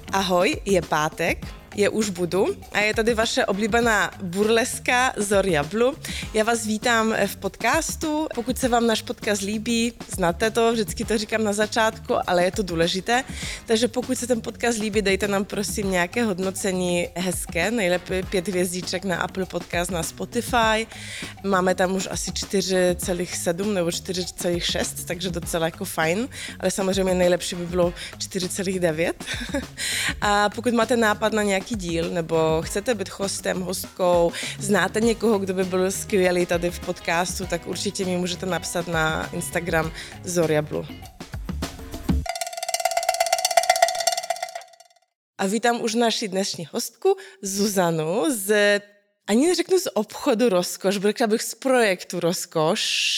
Ahoj, je pátek, je už budu a je tady vaše oblíbená burleska Zoria Blue. Já vás vítám v podcastu. Pokud se vám náš podcast líbí, znáte to, vždycky to říkám na začátku, ale je to důležité. Takže pokud se ten podcast líbí, dejte nám prosím nějaké hodnocení hezké, nejlépe 5 hvězdiček na Apple Podcast, na Spotify. Máme tam už asi 4,7 nebo 4,6, takže docela jako fajn, ale samozřejmě nejlepší by bylo 4,9. A pokud máte nápad na nějaký díl, nebo chcete být hostem, hostkou, znáte někoho, kdo by byl skvělý tady v podcastu, tak určitě mi můžete napsat na Instagram Zoria Blue. A vítám už naši dnešní hostku Zuzanu ani neřeknu z obchodu Rozkoš, řekla bych z projektu Rozkoš.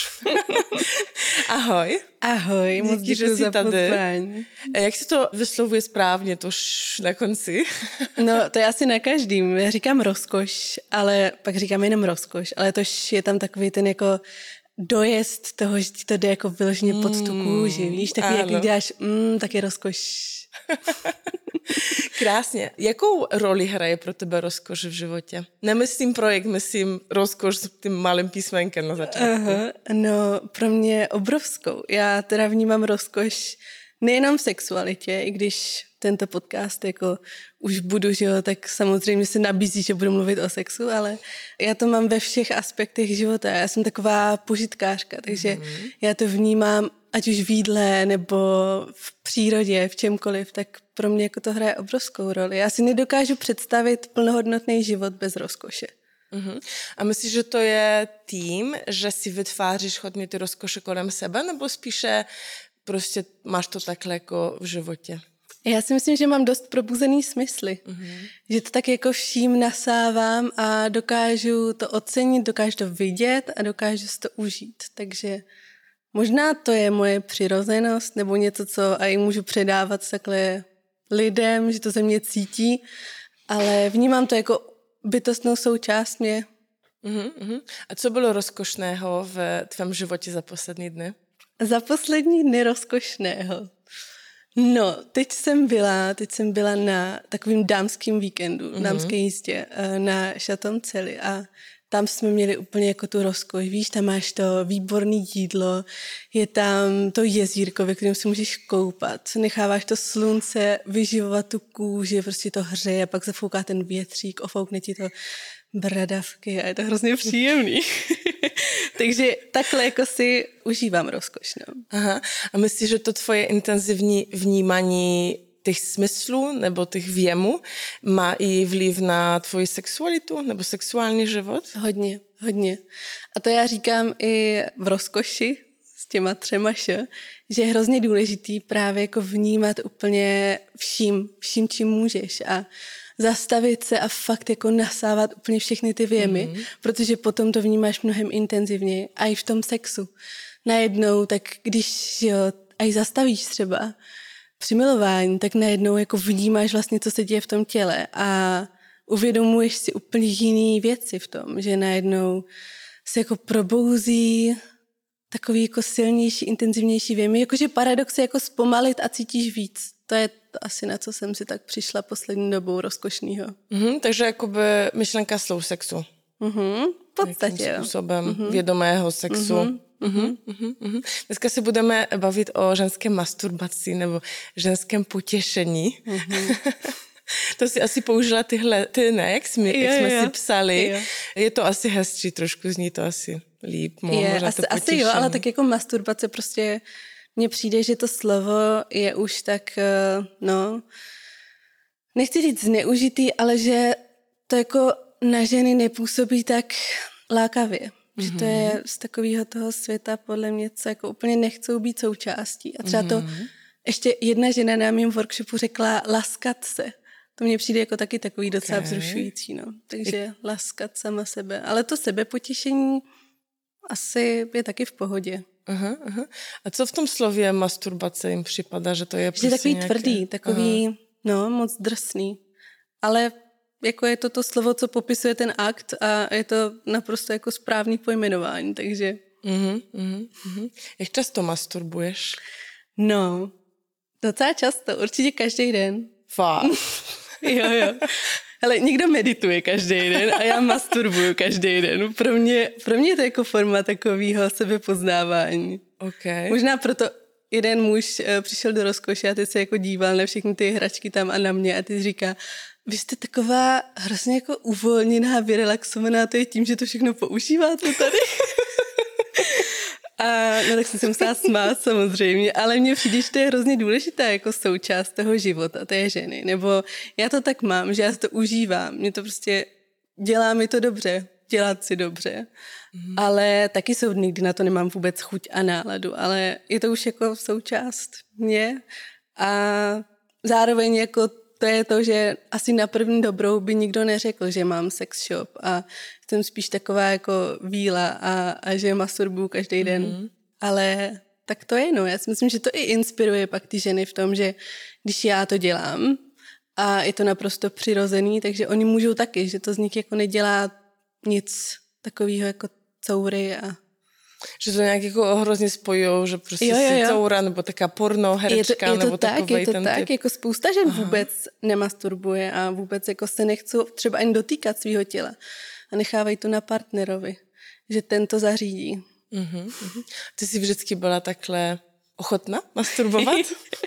Ahoj. Ahoj, moc děkuji za pozvání. Jak se to vyslovuje správně, to na konci? No, to je asi na každým. Já říkám Rozkoš, ale pak říkám jenom Rozkoš, ale to je tam takový ten jako dojezd toho, že ti to jde jako vyloženě pod tu kůži, víš? Tak jak děláš, tak je Rozkoš. Krásně. Jakou roli hraje pro tebe rozkoš v životě? Nemyslím projekt, myslím rozkoš s tím malým písmenkem na začátku. No, pro mě obrovskou. Já teda vnímám rozkoš nejenom v sexualitě, i když tento podcast jako už budu, že jo, tak samozřejmě se nabízí, že budu mluvit o sexu, ale já to mám ve všech aspektech života. Já jsem taková požitkářka, takže já to vnímám ať už v jídle nebo v přírodě, v čemkoliv, tak pro mě jako to hraje obrovskou roli. Já si nedokážu představit plnohodnotný život bez rozkoše. A myslíš, že to je tím, že si vytváříš hodně ty rozkoše kolem sebe, nebo spíše prostě máš to takhle jako v životě? Já si myslím, že mám dost probuzený smysly. Že to tak jako vším nasávám a dokážu to ocenit, dokážu to vidět a dokážu si to užít. Takže možná to je moje přirozenost nebo něco, co i můžu předávat takhle lidem, že to ze mě cítí, ale vnímám to jako bytostnou součást mě. A co bylo rozkošného v tvém životě za poslední dny? Za poslední dny rozkošného? No, teď jsem byla na takovým dámským víkendu, dámské jízdě na Chateau Cely a tam jsme měli úplně jako tu rozkoš, víš, tam máš to výborné jídlo, je tam to jezírko, ve kterém se můžeš koupat, necháváš to slunce vyživovat tu kůži, prostě to hřeje, pak zafouká ten větřík, ofoukne ti to bradavky a je to hrozně příjemný. Takže takhle jako si užívám rozkoš. No. Aha. A myslíš, že to tvoje intenzivní vnímání těch smyslů nebo těch věmů má i vliv na tvoji sexualitu nebo sexuální život? Hodně. A to já říkám i v rozkoši s těma 3 že je hrozně důležitý právě jako vnímat úplně vším, čím můžeš a zastavit se a fakt jako nasávat úplně všechny ty věmy, protože potom to vnímáš mnohem intenzivněji a i v tom sexu. Najednou, tak když jo, aj zastavíš třeba při milování, tak najednou jako vnímáš vlastně, co se děje v tom těle a uvědomuješ si úplně jiný věci v tom, že najednou se jako probouzí takový jako silnější, intenzivnější věmy. Jakože paradox je jako zpomalit a cítíš víc. To je asi na co jsem si tak přišla poslední dobou rozkošnýho. Takže jakoby myšlenka slow sexu. V podstatě, jakým způsobem vědomého sexu. Dneska se budeme bavit o ženské masturbaci nebo ženském potěšení. To si asi použila ty ne, jak jsme si psali. Jo. Je to asi hezčí, trošku zní to asi líp. Asi jo, ale tak jako masturbace prostě mně přijde, že to slovo je už tak, nechci říct zneužitý, ale že to jako na ženy nepůsobí tak lákavě. Že to je z takového toho světa podle mě, co jako úplně nechcou být součástí. A třeba to ještě jedna žena na mém workshopu řekla laskat se. To mně přijde jako taky takový docela vzrušující. No. Takže laskat sama sebe. Ale to sebepotěšení asi je taky v pohodě. A co v tom slově masturbace jim připadá, že to je prostě takový tvrdý, takový, moc drsný. Ale jako je to slovo, co popisuje ten akt a je to naprosto jako správný pojmenování, takže... Jak často masturbuješ? No, docela často, určitě každý den. Fakt. Jo. Ale někdo medituje každý den a já masturbuju každý den. Pro mě je to jako forma takového sebepoznávání. Okay. Možná proto jeden muž přišel do rozkoše a teď se jako díval na všechny ty hračky tam a na mě a teď říká, vy jste taková hrozně jako uvolněná, vyrelaxovaná, to je tím, že to všechno používáte tady. A no tak jsem se musela smát samozřejmě, ale mně přijde, že to je hrozně důležitá jako součást toho života té ženy. Nebo já to tak mám, že já si to užívám. Mě to prostě dělá mi to dobře, dělat si dobře. Ale taky jsou dny, kdy na to nemám vůbec chuť a náladu, ale je to už jako součást mě. A zároveň jako to je to, že asi na první dobrou by nikdo neřekl, že mám sex shop a jsem spíš taková jako víla a že masturbuju každý den. Ale tak to je, no. Já si myslím, že to i inspiruje pak ty ženy v tom, že když já to dělám a je to naprosto přirozený, takže oni můžou taky, že to z nich jako nedělá nic takového jako coury a... Že to nějak jako hrozně spojujou, že prostě si coura, nebo taká porno, herečka, nebo takovej ten tak, typ. jako spousta žen vůbec nemasturbuje a vůbec jako se nechcou třeba ani dotýkat svého těla a nechávají to na partnerovi, že ten to zařídí. Ty jsi vždycky byla takhle ochotná masturbovat?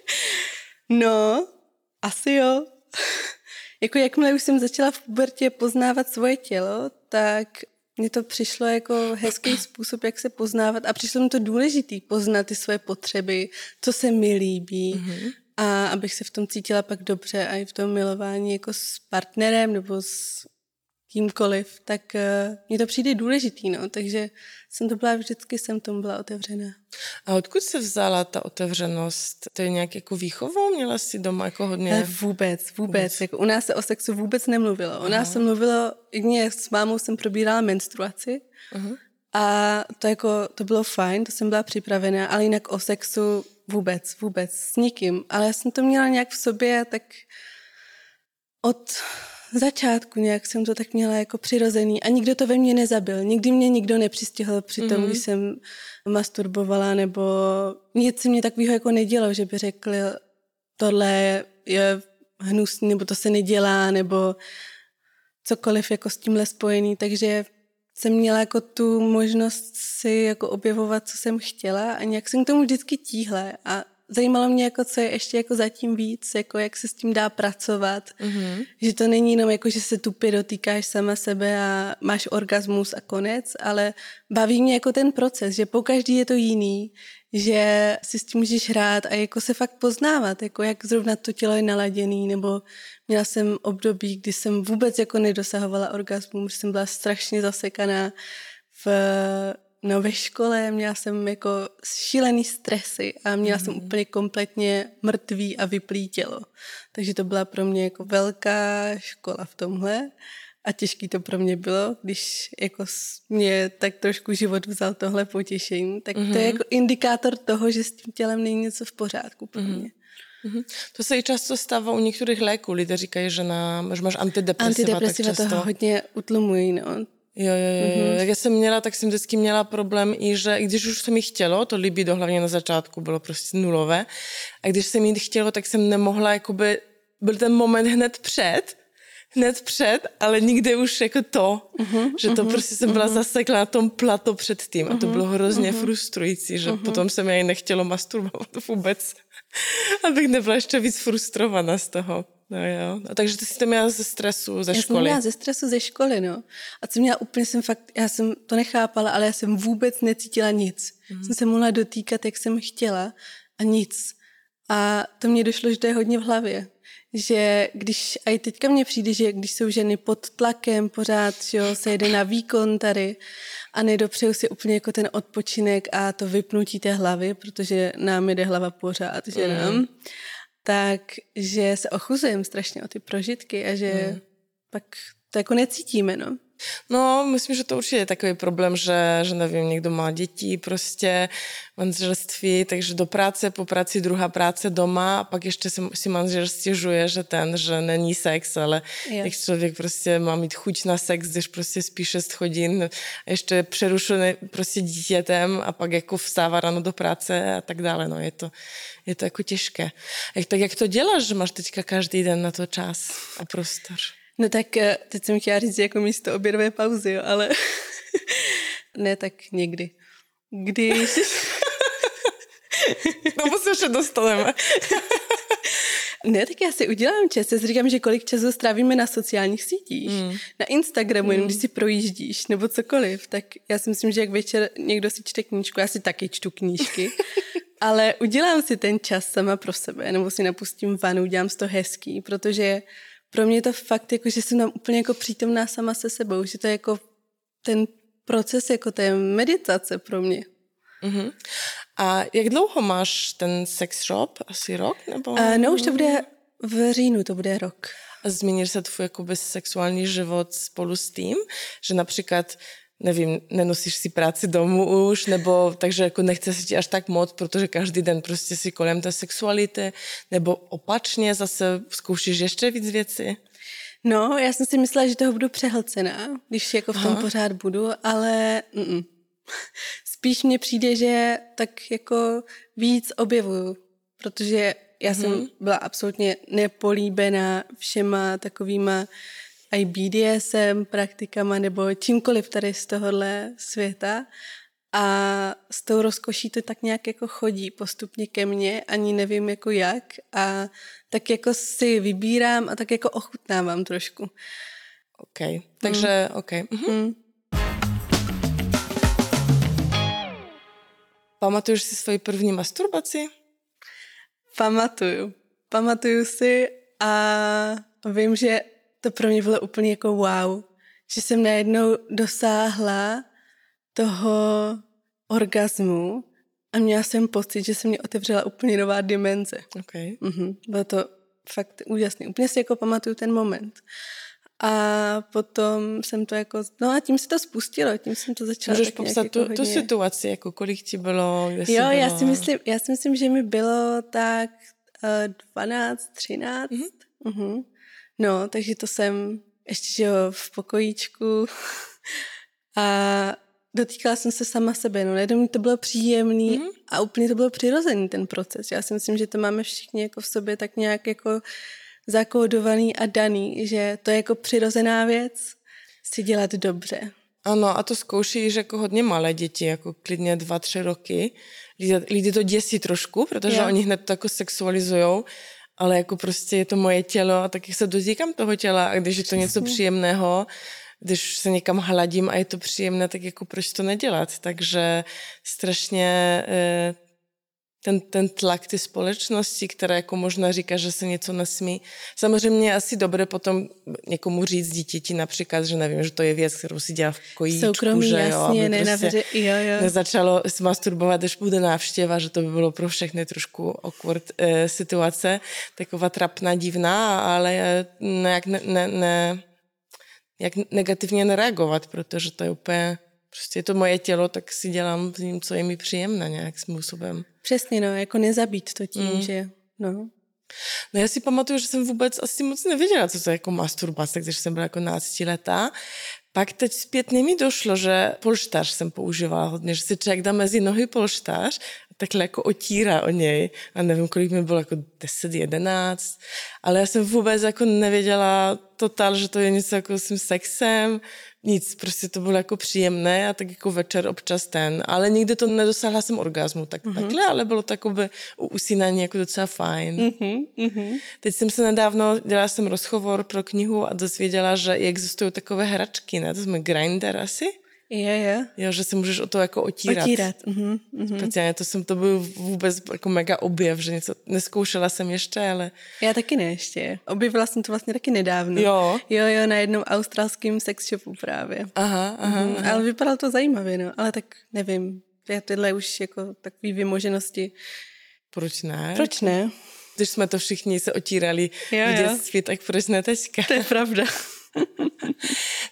No, asi jo. Jako jakmile už jsem začala v pubertě poznávat svoje tělo, tak mně to přišlo jako hezký způsob, jak se poznávat a přišlo mi to důležitý poznat ty svoje potřeby, co se mi líbí a abych se v tom cítila pak dobře a i v tom milování jako s partnerem nebo s kýmkoliv, tak mně to přijde důležitý, no, takže jsem tomu byla otevřená. A odkud se vzala ta otevřenost? To je nějak jako výchovou? Měla jsi doma jako hodně... Vůbec. Jako u nás se o sexu vůbec nemluvilo. U nás se mluvilo, jedině s mámou jsem probírala menstruaci a to bylo fajn, to jsem byla připravená, ale jinak o sexu vůbec, s nikým. Ale já jsem to měla nějak v sobě, tak od začátku nějak jsem to tak měla jako přirozený a nikdo to ve mně nezabil. Nikdy mě nikdo nepřistihl při tom, když jsem masturbovala, nebo nic se mě takového jako nedělo, že by řekl, tohle je hnusný, nebo to se nedělá, nebo cokoliv jako s tímhle spojený. Takže jsem měla jako tu možnost si jako objevovat, co jsem chtěla a nějak jsem k tomu vždycky tíhla a zajímalo mě, jako, co je ještě jako zatím víc, jako, jak se s tím dá pracovat. Že to není jenom jako, že se tupě dotýkáš sama sebe a máš orgasmus a konec, ale baví mě jako ten proces, že pokaždý je to jiný, že si s tím můžeš hrát a jako se fakt poznávat, jako jak zrovna to tělo je naladěný, nebo měla jsem období, kdy jsem vůbec jako nedosahovala orgasmu, že jsem byla strašně zasekaná ve škole, měla jsem jako šílený stresy a měla jsem úplně kompletně mrtvý a vyplý tělo. Takže to byla pro mě jako velká škola v tomhle a těžký to pro mě bylo, když jako mě tak trošku život vzal tohle potěšení, tak to je jako indikátor toho, že s tím tělem není něco v pořádku pro mě. To se i často stává u některých léků. Lidé říkají, že máš antidepresiva tak často. To hodně utlumují, no. Jo. Jak já jsem měla, tak jsem vždycky měla problém i, že i když už se mi chtělo, to libido hlavně na začátku bylo prostě nulové, a když se mi chtělo, tak jsem nemohla, jakoby, byl ten moment hned před, ale nikdy už jako to, že to prostě jsem byla zasekla na tom plato předtím a to bylo hrozně frustrující, že potom se mi ani nechtělo masturbovat vůbec, abych nebyla ještě víc frustrovaná z toho. No jo. A takže ty jsi to měla ze stresu ze školy. Já jsem měla ze stresu ze školy, no. A co měla úplně, já jsem to nechápala, ale já jsem vůbec necítila nic. Jsem se mohla dotýkat, jak jsem chtěla a nic. A to mě došlo, že to je hodně v hlavě. Že když, a i teďka mně přijde, že když jsou ženy pod tlakem pořád, že jo, se jede na výkon tady a nedopřeju si úplně jako ten odpočinek a to vypnutí té hlavy, protože nám jede hlava pořád, že nám. Takže se ochuzujeme strašně o ty prožitky a že pak to jako necítíme, no. No, myslím, že to určitě je takový problém, že nevím, někdo má děti, prostě manželství, takže do práce, po práci druhá práce doma a pak ještě si manžel stěžuje, že není sex, ale jak člověk prostě má mít chuť na sex, když prostě spí 6 hodin, ještě přerušený prostě dítětem a pak jako vstává ráno do práce a tak dále, no je to jako těžké. Tak jak to děláš, že máš teďka každý den na to čas a prostor? No tak teď jsem chtěla říct jako místo obědové pauzy, jo, ale ne tak někdy. Když... No se ještě dostaneme. Ne, tak já si udělám čas. Já si říkám, že kolik času strávíme na sociálních sítích, na Instagramu, jenom když si projíždíš, nebo cokoliv, tak já si myslím, že jak večer někdo si čte knížku, já si taky čtu knížky, ale udělám si ten čas sama pro sebe, nebo si napustím vanu, udělám si to hezký, protože pro mě je to fakt, jako, že jsem tam úplně jako přítomná sama se sebou, že to je jako ten proces, jako to je meditace pro mě. Uh-huh. A jak dlouho máš ten sex shop? Asi rok? Nebo... No už to bude v říjnu, to bude rok. A změníš se tvůj jakoby sexuální život spolu s tím, že například nevím, nenosíš si práci domů už, nebo takže jako nechce se ti až tak moc, protože každý den prostě si kolem té sexuality, nebo opačně zase zkoušíš ještě víc věcí? No, já jsem si myslela, že toho budu přehlcená, když jako v tom pořád budu, ale spíš mně přijde, že tak jako víc objevuju, protože já jsem byla absolutně nepolíbená všema takovýma i BDSM praktikama nebo čímkoliv tady z tohohle světa a s tou rozkoší to tak nějak jako chodí postupně ke mně, ani nevím jako jak a tak jako si vybírám a tak jako ochutnávám trošku. OK, takže OK. Pamatuješ si svoji první masturbaci? Pamatuju si a vím, že to pro mě bylo úplně jako wow, že jsem najednou dosáhla toho orgazmu a měla jsem pocit, že se mě otevřela úplně nová dimenze. Okay. Bylo to fakt úžasný. Úplně si jako pamatuju ten moment. A potom jsem to jako, no a tím se to spustilo, tím jsem to začala. Můžeš popsat tu situaci, jako kolik ti bylo? Jo, já si myslím, že mi bylo tak 12, 13. No, takže to jsem ještě, že jo, v pokojíčku a dotýkala jsem se sama sebe, no, najednou mi to bylo příjemný a úplně to bylo přirozený ten proces. Já si myslím, že to máme všichni jako v sobě tak nějak jako zakódovaný a daný, že to je jako přirozená věc si dělat dobře. Ano, a to zkoušíš jako hodně malé děti, jako klidně 2-3 roky. Lidi to děsí trošku, protože oni hned to jako sexualizujou, ale jako prostě je to moje tělo a taky se dotýkám toho těla a když je to něco příjemného, když se někam hladím a je to příjemné, tak jako proč to nedělat? Takže strašně ten tlak ty společnosti, která jako možná říká, že se něco nesmí. Samozřejmě je asi dobré potom někomu říct dítěti například, že nevím, že to je věc, kterou si dělá v kojíčku, soukromí, že jasně, prostě nezačalo se masturbovat, když bude návštěva, že to by bylo pro všechny trošku awkward situace, taková trapná, divná, ale jak negativně nereagovat, protože to je úplně, prostě je to moje tělo, tak si dělám s ním, co je mi příjemné nějak způsobem. Přesně, no, jako nezabít to tím, že no. No já si pamatuju, že jsem vůbec asi moc nevěděla, co to je jako masturbace, když jsem byla jako 12letá. Pak teď zpětně mi došlo, že polštář jsem používala hodně, že si člověk dá mezi nohy polštář a takhle jako otírá o něj. A nevím, kolik mi bylo, jako 10, 11. Ale já jsem vůbec jako nevěděla totál, že to je něco jako s tím sexem. Nic, prostě to bylo jako příjemné a tak jako večer občas ale nikdy to nedosáhla jsem orgazmu, takhle, ale bylo to jako by u usínání jako docela fajn. Teď jsem se nedávno, dělala jsem rozhovor pro knihu a dozvěděla, že existují takové hračky, ne? To jsme Grindr asi? Jo, že se můžeš o to jako otírat. Speciálně to byl vůbec jako mega objev, že něco neskoušela jsem ještě, ale... Já taky ne ještě. Objevila jsem to vlastně taky nedávno. Jo, na jednom australském sex shopu právě. Aha. Ale vypadalo to zajímavě, no. Ale tak nevím, tyhle už jako takový vymoženosti. Proč ne? Proč ne? Když jsme to všichni se otírali v dětství, tak proč ne teďka? To je pravda.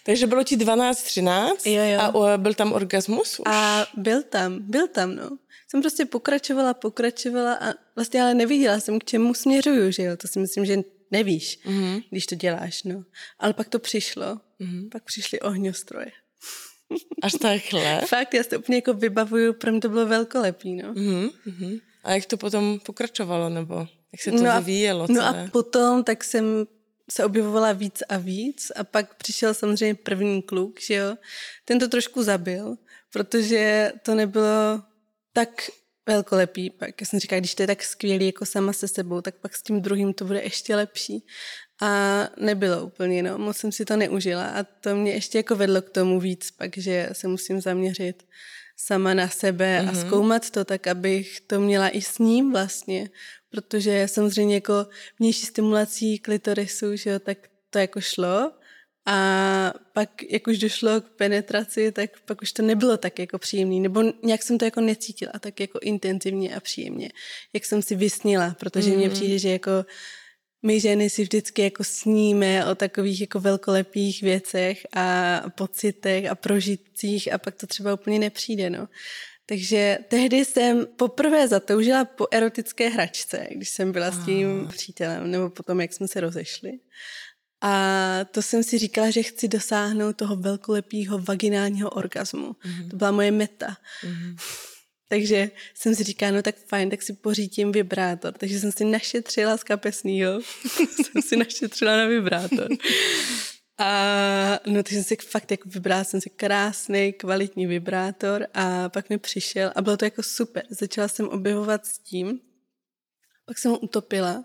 Takže bylo ti 12, 13 Jo. a byl tam orgasmus už? A byl tam, no. Jsem prostě pokračovala a vlastně ale neviděla jsem, k čemu směřuju, že jo. To si myslím, že nevíš, když to děláš, no. Ale pak to přišlo. Pak přišly ohňostroje. Až takhle? Fakt, já si to úplně jako vybavuju, pro mě to bylo velkolepý, no. A jak to potom pokračovalo, nebo jak se to vyvíjelo? No a potom tak jsem se objevovala víc a pak přišel samozřejmě první kluk, že jo. Ten to trošku zabil, protože to nebylo tak velkolepý. Pak já jsem říkala, když to je tak skvělý jako sama se sebou, tak pak s tím druhým to bude ještě lepší. A nebylo úplně, no. Moc jsem si to neužila a to mě ještě jako vedlo k tomu víc pak, že se musím zaměřit sama na sebe a zkoumat to tak, abych to měla i s ním vlastně, protože samozřejmě jako vnější stimulací klitorisu, že jo, tak to jako šlo a pak, jak už došlo k penetraci, tak pak už to nebylo tak jako příjemný, nebo nějak jsem to jako necítila tak jako intenzivně a příjemně, jak jsem si vysnila, protože mně přijde, že jako my ženy si vždycky jako sníme o takových jako velkolepých věcech a pocitech a prožitcích a pak to třeba úplně nepřijde, no. Takže tehdy jsem poprvé zatoužila po erotické hračce, když jsem byla s tím přítelem, nebo potom, jak jsme se rozešli. A to jsem si říkala, že chci dosáhnout toho velkolepého vaginálního orgasmu. To byla moje meta. Takže jsem si říkala, no tak fajn, tak si pořídím vibrátor. Takže jsem si našetřila z kapesnýho. Jsem si našetřila na vibrátor. A no, takže jsem si fakt jako vybrala jsem si krásný, kvalitní vibrátor a pak mi přišel a bylo to jako super. Začala jsem objevovat s tím, pak jsem ho utopila.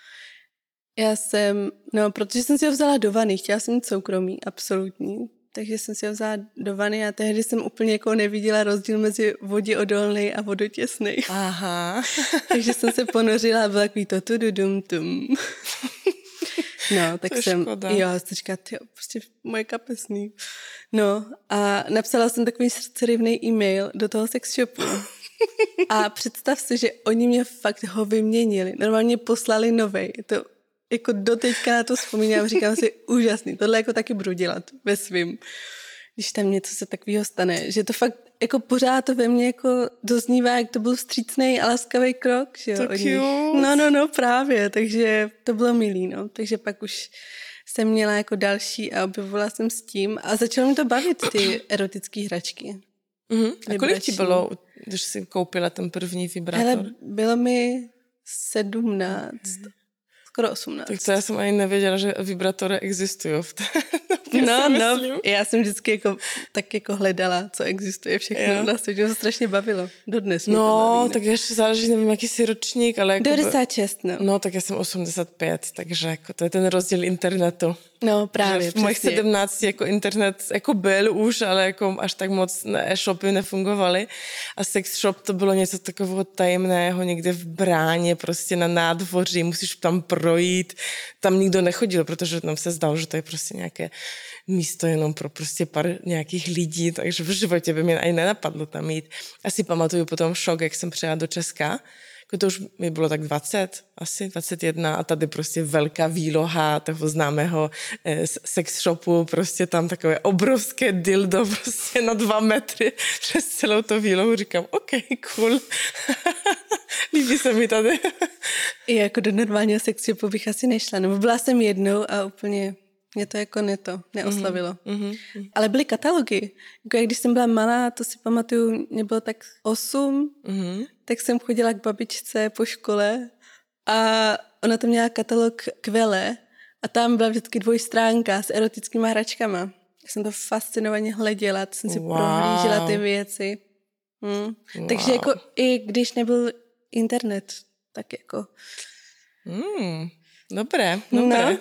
Protože jsem si ho vzala do vany, chtěla jsem mít soukromí, absolutní. Takže jsem si ho vzala do vany a tehdy jsem úplně jako neviděla rozdíl mezi voděodolnej a vodotěsnej. Aha. Takže jsem se ponořila a bylo takový to tududum-tum. No, tak jsem, jsem říkala, prostě moje kapesný. No a napsala jsem takový srdcerivnej e-mail do toho sex shopu. A představ si, že oni mě fakt ho vyměnili. Normálně poslali novej. To jako doteďka na to vzpomínám, říkám si, úžasný. Tohle jako taky budu dělat ve svým. Když tam něco se takového stane. Že to fakt jako pořád to ve mně jako doznívá, jak to byl vstřícnej a laskavý krok. Že jo, to cute. No, právě. Takže to bylo milý, no. Takže pak už jsem měla jako další a objevovala jsem s tím a začalo mi to bavit, ty erotické hračky. A kolik ti bylo, když jsi koupila ten první vibrátor? Hele, bylo mi 17, skoro 18. Tak to já jsem ani nevěděla, že vibrátory existují. No, já jsem vždycky jako, tak jako hledala, co existuje všechno na světě. To se strašně bavilo. Dodnes mě to baví, tak ještě záleží, nevím, jaký jsi ročník, ale... 96, no. No, tak já jsem 85, takže jako to je ten rozdíl internetu. No, právě, v mojich 17 jako internet jako byl už, ale jako až tak moc e-shopy nefungovaly. A sex shop to bylo něco takového tajemného, někde v bráně, prostě na nádvoří, musíš tam projít. Tam nikdo nechodil, protože nám se zdalo, že to je prostě nějaké místo jenom pro prostě pár nějakých lidí, takže v životě by mě ani nenapadlo tam jít. Asi pamatuju potom šok, jak jsem přijela do Česka. To už mi bylo tak 20, asi 21 a tady prostě velká výloha toho známého sex shopu, prostě tam takové obrovské dildo prostě na 2 metry přes celou to výlohu. Říkám, OK, cool. Líbí se mi tady. I jako do normálního sex shopu bych asi nešla, nebo byla jsem jednou a úplně mě to jako neoslavilo. Ale byly katalogy. Jako jak když jsem byla malá, to si pamatuju, mě bylo tak 8, tak jsem chodila k babičce po škole a ona tam měla katalog Kvele a tam byla vždycky 2stránka s erotickými hračkama. Já jsem to fascinovaně hleděla, jsem si prohlížela ty věci. Takže jako i když nebyl internet, tak jako... Dobré. No.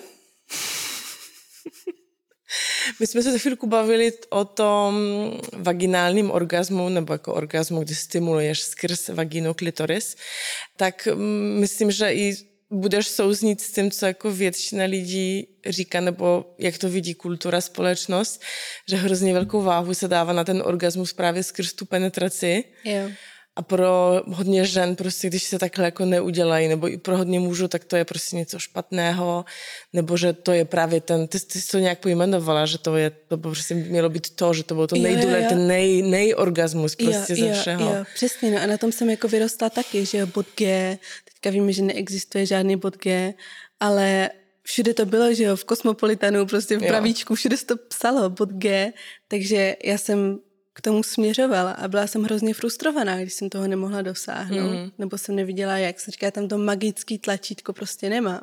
My jsme se za chvílku bavili o tom vaginálním orgazmu, nebo jako orgazmu, kdy stimuluješ skrz vaginu klitoris, tak myslím, že i budeš souznít s tím, co jako většina lidí říká, nebo jak to vidí kultura, společnost, že hrozně velkou váhu se dává na ten orgasmus právě skrz tu penetraci. Jo. A pro hodně žen prostě, když se takhle jako neudělají, nebo i pro hodně mužů, tak to je prostě něco špatného, nebo že to je právě ty jsi to nějak pojmenovala, že to prostě mělo být to, že to bylo to nejdůležitější, nejorgasmus prostě ze všeho. Jo, přesně, no a na tom jsem jako vyrostla taky, že jo, bod G, teďka víme, že neexistuje žádný bod G, ale všude to bylo, že jo, v Kosmopolitanu, prostě v pravíčku, všude se to psalo, bod G, takže já jsem k tomu směřovala a byla jsem hrozně frustrovaná, když jsem toho nemohla dosáhnout, nebo jsem neviděla, jak se říká, tam to magický tlačítko prostě nemám.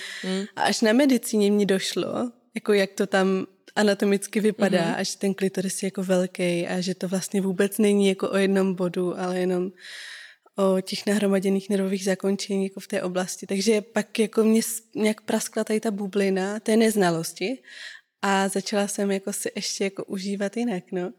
A až na medicíně mi došlo, jako jak to tam anatomicky vypadá, a že ten klitoris je jako velký a že to vlastně vůbec není jako o jednom bodu, ale jenom o těch nahromaděných nervových zakončení jako v té oblasti. Takže pak jako mě nějak praskla tady ta bublina té neznalosti a začala jsem jako si ještě jako užívat jinak, no.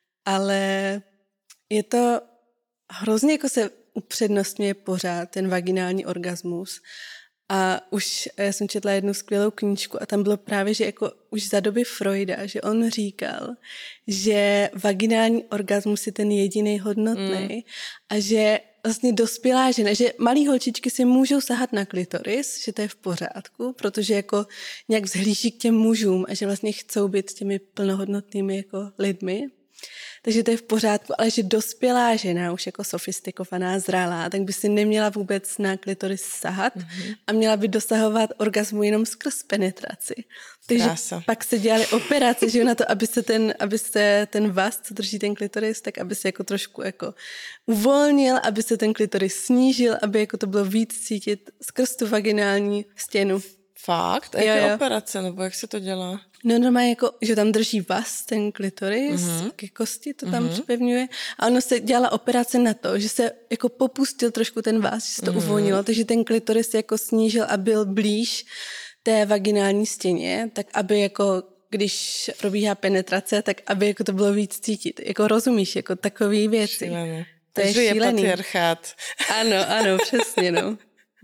Ale je to hrozně jako se upřednostňuje pořád ten vaginální orgasmus. A už já jsem četla jednu skvělou knížku a tam bylo právě, že jako už za doby Freuda, že on říkal, že vaginální orgasmus je ten jediný hodnotný a že vlastně dospělá žena, že malý holčičky si můžou sahat na klitoris, že to je v pořádku, protože jako nějak vzhlíží k těm mužům a že vlastně chcou být těmi plnohodnotnými jako lidmi. Takže to je v pořádku, ale že dospělá žena, už jako sofistikovaná, zralá, tak by si neměla vůbec na klitoris sahat a měla by dosahovat orgasmu jenom skrz penetraci. Takže pak se dělaly operace, že na to, aby se ten vaz, co drží ten klitoris, tak aby se jako trošku jako uvolnil, aby se ten klitoris snížil, aby jako to bylo víc cítit skrz tu vaginální stěnu. Fakt? A jaké operace, nebo jak se to dělá? No normálně jako, že tam drží vaz, ten klitoris, ke kosti to tam připevňuje a ono se dělala operace na to, že se jako popustil trošku ten vaz, že se to uvolnilo, takže ten klitoris se jako snížil a byl blíž té vaginální stěně, tak aby jako když probíhá penetrace, tak aby jako to bylo víc cítit. Jako rozumíš, jako takový věci. Šílené. To takže je šílený. patriarchát. Ano, přesně, no.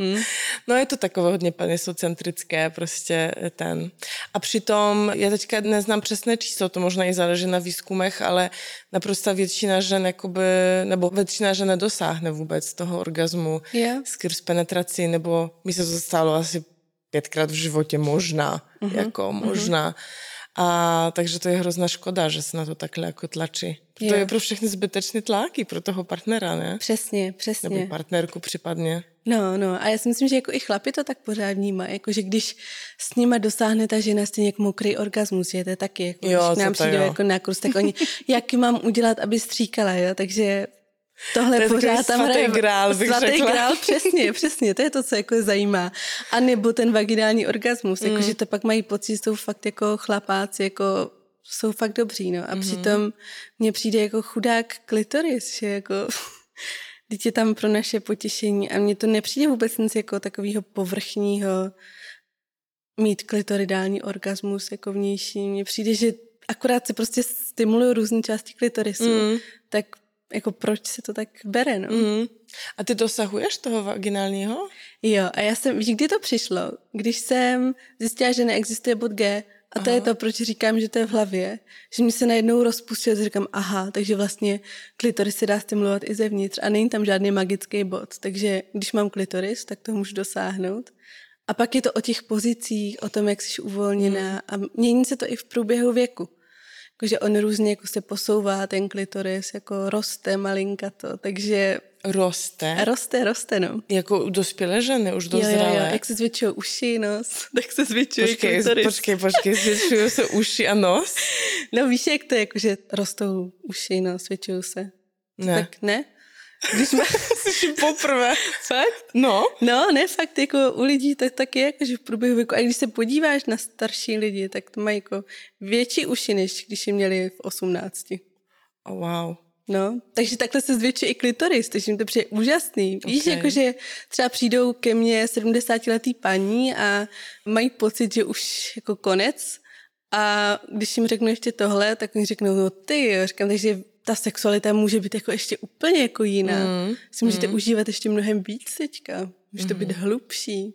No je to takové hodně penisocentrické prostě ten. A přitom, já teďka neznám přesné číslo, to možná i záleží na výzkumech, ale naprosto většina žen jakoby, nebo většina žen nedosáhne vůbec toho orgazmu skrz penetraci, nebo mi se to stalo asi 5krát v životě možná, jako možná. A takže to je hrozná škoda, že se na to takhle jako tlačí. To je pro všechny zbytečný tlak i pro toho partnera, ne? Přesně. Nebo partnerku případně. No. A já si myslím, že jako i chlapi to tak pořád vnímají. Jako, že když s nima dosáhne ta žena stejně jak mokrý orgasmus, je to taky. Jako, když nám přijde jako na kurz, tak oni, jaký mám udělat, aby stříkala, jo? Takže tohle pořád tam hraje. Svatý grál, přesně, to je to, co jako zajímá. A nebo ten vaginální orgasmus, jako, že to pak mají pocit, že jsou fakt jako chlapáci, jako jsou fakt dobří, no. A přitom mně přijde jako chudák klitoris, že jako teď je tam pro naše potěšení a mně to nepřijde vůbec nic jako takového povrchního mít klitoridální orgasmus jako vnější. Mně přijde, že akorát se prostě stimulují různé části klitorisu, tak jako proč se to tak bere, no? A ty dosahuješ toho vaginálního? Jo, a víš, kdy to přišlo? Když jsem zjistila, že neexistuje bod G, a to je to, proč říkám, že to je v hlavě, že mi se najednou rozpustilo, že říkám, aha, takže vlastně klitoris se dá stimulovat i zevnitř a není tam žádný magický bod, takže když mám klitoris, tak to můžu dosáhnout. A pak je to o těch pozicích, o tom, jak jsi uvolněná a mění se to i v průběhu věku. Jakože on různě jako se posouvá, ten klitoris, jako roste malinkato, takže... Roste, no. Jako u dospělé ženy, už dozralé. Jo, jak se zvětšují uši, nos, tak se zvětšuje klitoris. Počkej, zvětšují se uši a nos? No víš, jak to je, jakože rostou uši, no, zvětšují se. Ne. Tak ne? Když Slyším poprvé. Fakt? No, ne, fakt, jako u lidí to tak je, jakože v průběhu věku. A když se podíváš na starší lidi, tak to mají jako větší uši, než když je měli v 18. Oh, wow. No, takže takhle se zvětšuje i klitoris, takže mi to přijde úžasný. Víš, jakože třeba přijdou ke mně 70letý paní a mají pocit, že už jako konec a když jim řeknu ještě tohle, tak oni řeknou, no ty jo, říkám, takže ta sexualita může být jako ještě úplně jako jiná. Si můžete užívat ještě mnohem víc teďka. Může to být hlubší.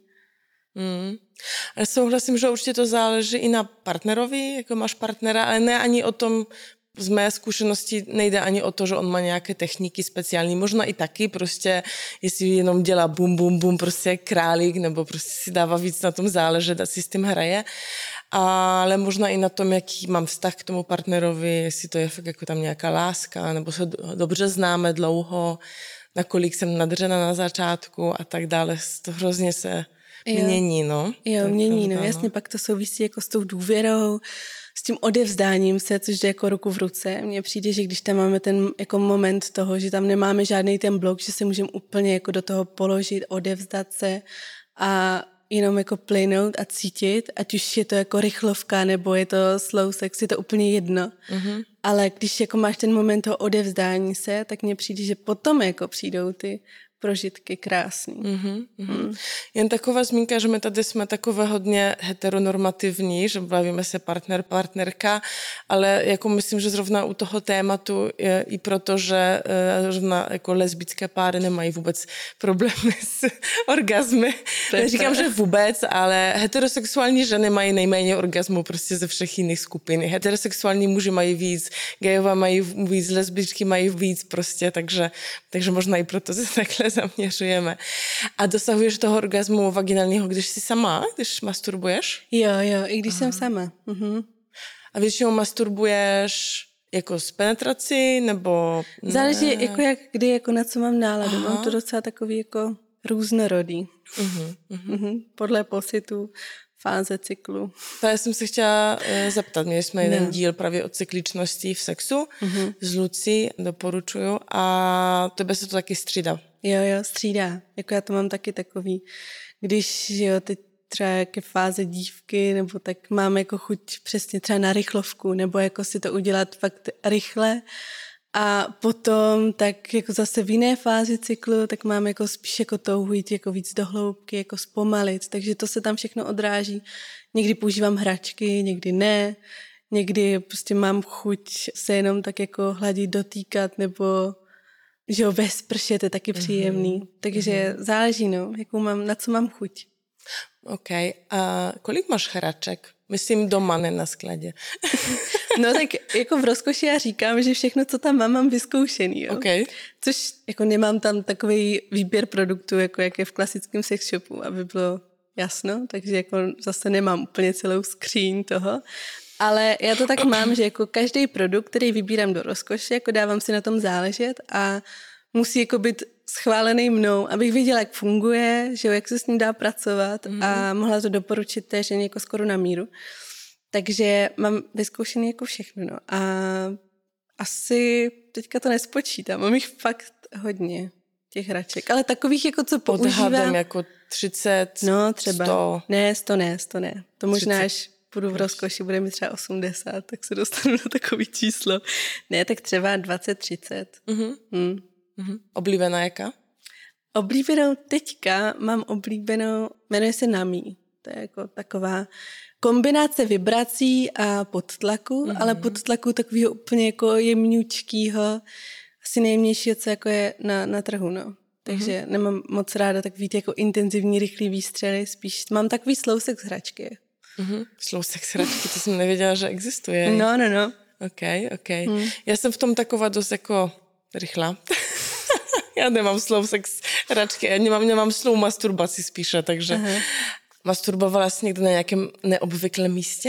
Ale souhlasím, že určitě to záleží i na partnerovi, jako máš partnera, ale ne ani o tom z mé zkušenosti nejde ani o to, že on má nějaké techniky speciální, možná i taky, prostě jestli jenom dělá bum, bum, bum, prostě králík, nebo prostě si dává víc na tom záležet a si s tím hraje, ale možná i na tom, jaký mám vztah k tomu partnerovi, jestli to je fakt jako tam nějaká láska, nebo se dobře známe dlouho, nakolik jsem nadřena na začátku a tak dále, to hrozně se mění, no. Jo, mění, no, jasně, pak to souvisí jako s tou důvěrou, s tím odevzdáním se, což jde jako ruku v ruce. Mně přijde, že když tam máme ten jako moment toho, že tam nemáme žádný ten blok, že se můžeme úplně jako do toho položit, odevzdat se a jenom jako plynout a cítit, ať už je to jako rychlovka nebo je to slow sex, je to úplně jedno. Mm-hmm. Ale když jako máš ten moment toho odevzdání se, tak mně přijde, že potom jako přijdou ty prožitky krásný. Mm-hmm. Jen taková zmínka, že my tady jsme takové hodně heteronormativní, že bavíme se partner, partnerka, ale jako myslím, že zrovna u toho tématu je i proto, že zrovna jako lesbické páry nemají vůbec problémy s orgazmy. Neříkám, že vůbec, ale heterosexuální ženy mají nejméně orgazmu prostě ze všech jiných skupin. Heterosexuální muži mají víc, gejové mají víc, lesbičky mají víc prostě, takže možná i proto se takhle zaměřujeme. A dosahuješ toho orgazmu vaginálního, když jsi sama, když masturbuješ? Jo, i když jsem sama. Mhm. A většinou masturbuješ jako z penetrací, nebo... Ne? Záleží jako jak, kdy, jako na co mám náladu. Mám to docela takový jako různorodý. Podle pocitu, fáze cyklu. To já jsem se chtěla zeptat. Měli jsme jeden díl právě o cykličnosti v sexu s Lucí, doporučuju. A tebe se to taky střídá. Jo, střídá. Jako já to mám taky takový. Když, jo, teď třeba jaké fáze dívky, nebo tak mám jako chuť přesně třeba na rychlovku, nebo jako si to udělat fakt rychle. A potom tak jako zase v jiné fázi cyklu, tak mám jako spíš jako touhu jít jako víc do hloubky, jako zpomalit. Takže to se tam všechno odráží. Někdy používám hračky, někdy ne. Někdy prostě mám chuť se jenom tak jako hladit, dotýkat, nebo že jo, bez prše, to je taky příjemný. Takže záleží, no, jakou mám, na co mám chuť. OK. A kolik máš hraček? Myslím doma, ne na skladě. No tak jako v rozkoši já říkám, že všechno, co tam mám vyzkoušený. Jo? Okay. Což jako nemám tam takový výběr produktů, jako jak je v klasickém sex shopu, aby bylo jasno, takže jako zase nemám úplně celou skříň toho. Ale já to tak mám, že jako každý produkt, který vybírám do rozkoše, jako dávám si na tom záležet a musí jako být schválený mnou, abych věděla, jak funguje, že jo, jak se s ním dá pracovat a mohla to doporučit té ženě jako skoro na míru. Takže mám vyzkoušený jako všechno, no. A asi teďka to nespočítám, mám jich fakt hodně, těch hraček, ale takových jako co používám. Odhadem jako 30, no, třeba. 100. Ne, 100 ne. To možná 30. až půjdu v rozkoši, bude mi třeba 80, tak se dostanu na takový číslo. Ne, tak třeba 20-30. Oblíbená jaká? Oblíbenou teďka mám jmenuje se Nami. To je jako taková kombinace vibrací a podtlaku, ale podtlaku takového úplně jako jemňučkýho, asi nejjemnějšího, co jako je na trhu, no. Takže nemám moc ráda takový ty jako intenzivní, rychlý výstřely, spíš mám takový slow sex hračky. Slow sex hračky, to jsem nevěděla, že existuje. No. OK. Já jsem v tom taková dost jako rychlá. Já nemám slow sex hračky, já nemám slow masturbaci spíše, takže masturbovala jsi někdy na nějakém neobvyklém místě?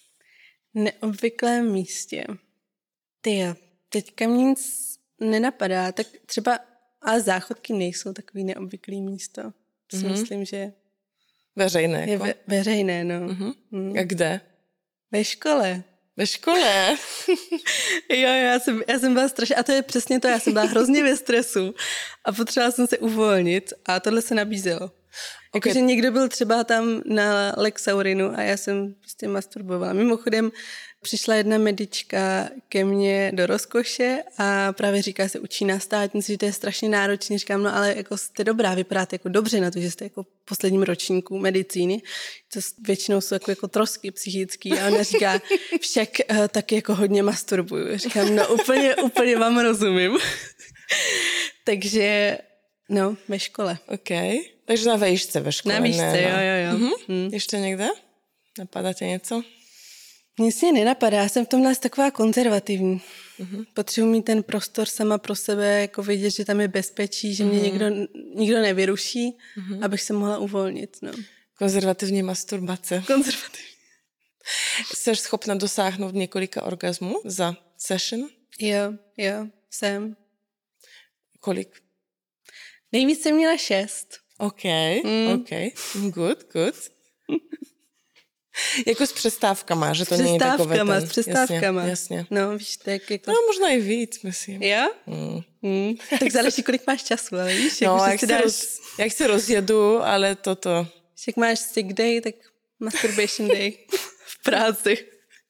Neobvyklém místě? Tyjo, teďka mě nic nenapadá, tak třeba, ale záchodky nejsou takový neobvyklý místo. To si myslím, že veřejné. Jako? Je veřejné, no. A kde? Ve škole. Ve škole? Jo, já jsem byla strašně, a to je přesně to, já jsem byla hrozně ve stresu a potřebovala jsem se uvolnit a tohle se nabízelo. Jakože někdo byl třeba tam na Lexaurinu a já jsem prostě masturbovala. Mimochodem přišla jedna medička ke mně do rozkoše a právě říká, se učí na státnici, že to je strašně náročné. Říkám, no ale jako jste dobrá, vypadáte jako dobře na to, že jste jako v posledním ročníku medicíny. To většinou jsou jako trosky psychický a ona říká, však taky jako hodně masturbuju. Říkám, no úplně vám rozumím. Takže no, ve škole. OK. Takže na výšce ve škole. Na výšce, jo. Ještě někde? Napadá tě něco? Nic mě nenapadá, já jsem v tomhle taková konzervativní. Potřebuji mít ten prostor sama pro sebe, jako vědět, že tam je bezpečí, že mě nikdo nevyruší, abych se mohla uvolnit. No. Konzervativní masturbace. Konzervativní. Jsi schopna dosáhnout několika orgasmů za session? Jo, jsem. Kolik? Nejvíc jsem měla 6. OK. Good. Jako s přestávkama, že to není takové ten... S přestávkama. Jasně. No, víš, tak jako... No, možná i víc, myslím. Jo? Tak záleží, kolik máš času, ale víš, no, jak se rozjedu, ale toto... Jak máš sick day, tak masturbation day v práci.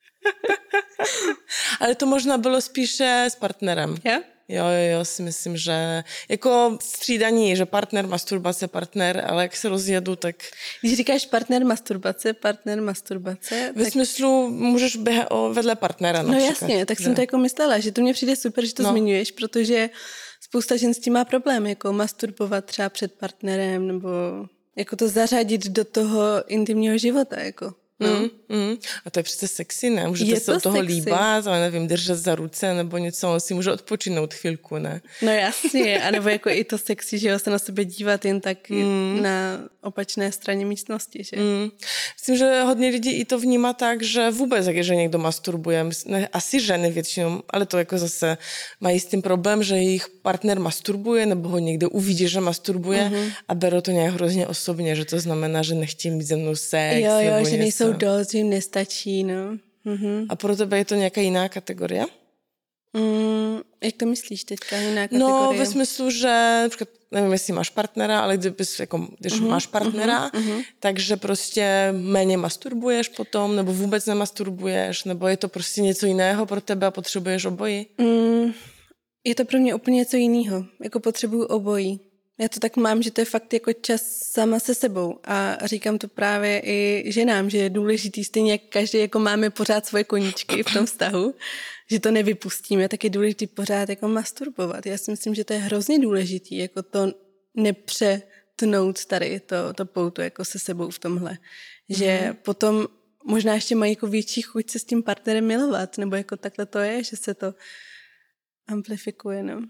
Ale to možná bylo spíše s partnerem. Jo, si myslím, že jako střídaní, že partner, masturbace, ale jak se rozjedu, tak... Když říkáš partner, masturbace... Ve smyslu můžeš vedle partnera například. No jasně, tak jsem to jako myslela, že to mně přijde super, že to zmiňuješ, protože spousta žen s tím má problém, jako masturbovat třeba před partnerem, nebo jako to zařadit do toho intimního života, jako... No. A to je přece sexy, ne? Můžete se od toho líbat, ale nevím, držet za ruce nebo něco, on si může odpočinout chvilku, ne? No jasně, anebo jako i to sexy, že jo, se na sebe dívat jen tak na opačné straně místnosti, že? Myslím, že hodně lidí i to vnímá tak, že vůbec, že někdo masturbuje, asi ženy většinou, ale to jako zase mají s tím problém, že jejich partner masturbuje, nebo ho někde uvidí, že masturbuje a berou to nějak hrozně osobně, že to znamená, že nechtějí mít ze mnou sex, jo, nebo že nejsou dost, že jim nestačí, no. A pro tebe je to nějaká jiná kategorie? Jak to myslíš teďka, jiná kategorie? No, ve smyslu, že například, nevím, jestli máš partnera, ale když máš partnera, takže prostě méně masturbuješ potom, nebo vůbec nemasturbuješ, nebo je to prostě něco jiného pro tebe a potřebuješ obojí? Je to pro mě úplně něco jiného. Jako potřebuju obojí. Já to tak mám, že to je fakt jako čas sama se sebou a říkám to právě i ženám, že je důležitý, stejně jak každý jako máme pořád svoje koníčky v tom vztahu, že to nevypustíme, tak je důležitý pořád jako masturbovat. Já si myslím, že to je hrozně důležitý, jako to nepřetnout tady to pouto jako se sebou v tomhle. Že potom možná ještě mají jako větší chuť se s tím partnerem milovat, nebo jako takhle to je, že se to amplifikuje, no.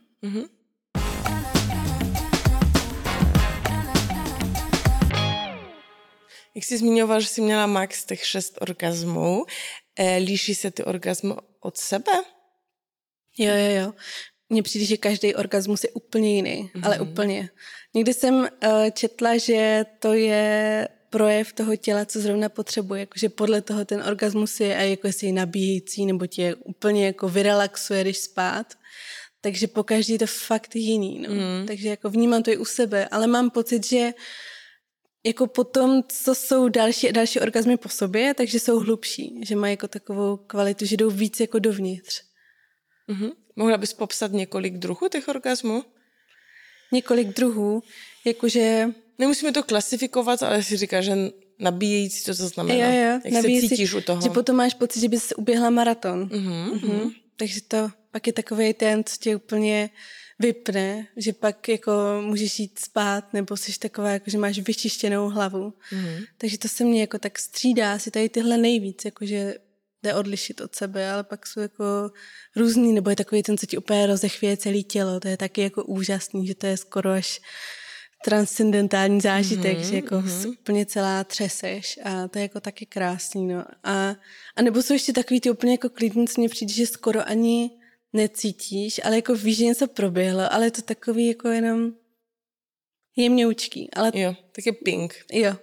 Jak jsi zmiňoval, že jsi měla max těch 6 orgasmů, líší se ty orgasmy od sebe? Jo. Mně přijde, že každý orgasmus je úplně jiný, ale úplně. Někdy jsem četla, že to je projev toho těla, co zrovna potřebuje, jakože podle toho ten orgasmus je a jako jestli je nabíjející, nebo tě úplně jako vyrelaxuje, když spát. Takže po každý je to fakt jiný. No. Takže jako vnímám to i u sebe, ale mám pocit, že jako potom, co jsou další orgasmy po sobě, takže jsou hlubší, že mají jako takovou kvalitu, že jdou víc jako dovnitř. Mohla bys popsat několik druhů těch orgasmů? Několik druhů, jakože... Nemusíme to klasifikovat, ale si říká, že nabíjející, to znamená. Jo, jak se cítíš u toho? Že potom máš pocit, že bys uběhla maraton. Takže to pak je takovej ten, co tě úplně vypne, že pak jako můžeš jít spát, nebo jsi taková, jako, že máš vyčištěnou hlavu. Takže to se mě jako tak střídá, asi tady tyhle nejvíc, jakože jde odlišit od sebe, ale pak jsou jako různý, nebo je takový ten, co ti úplně rozechvěje celé tělo, to je taky jako úžasný, že to je skoro až transcendentální zážitek, že jako úplně celá třeseš a to je jako taky krásný, no. A nebo jsou ještě takový ty úplně jako klidný, co mně přijde, že skoro ani necítíš, ale jako víš, že něco proběhlo, ale je to takový jako jenom jemňoučký. Ale... Jo, taky pink. Jo.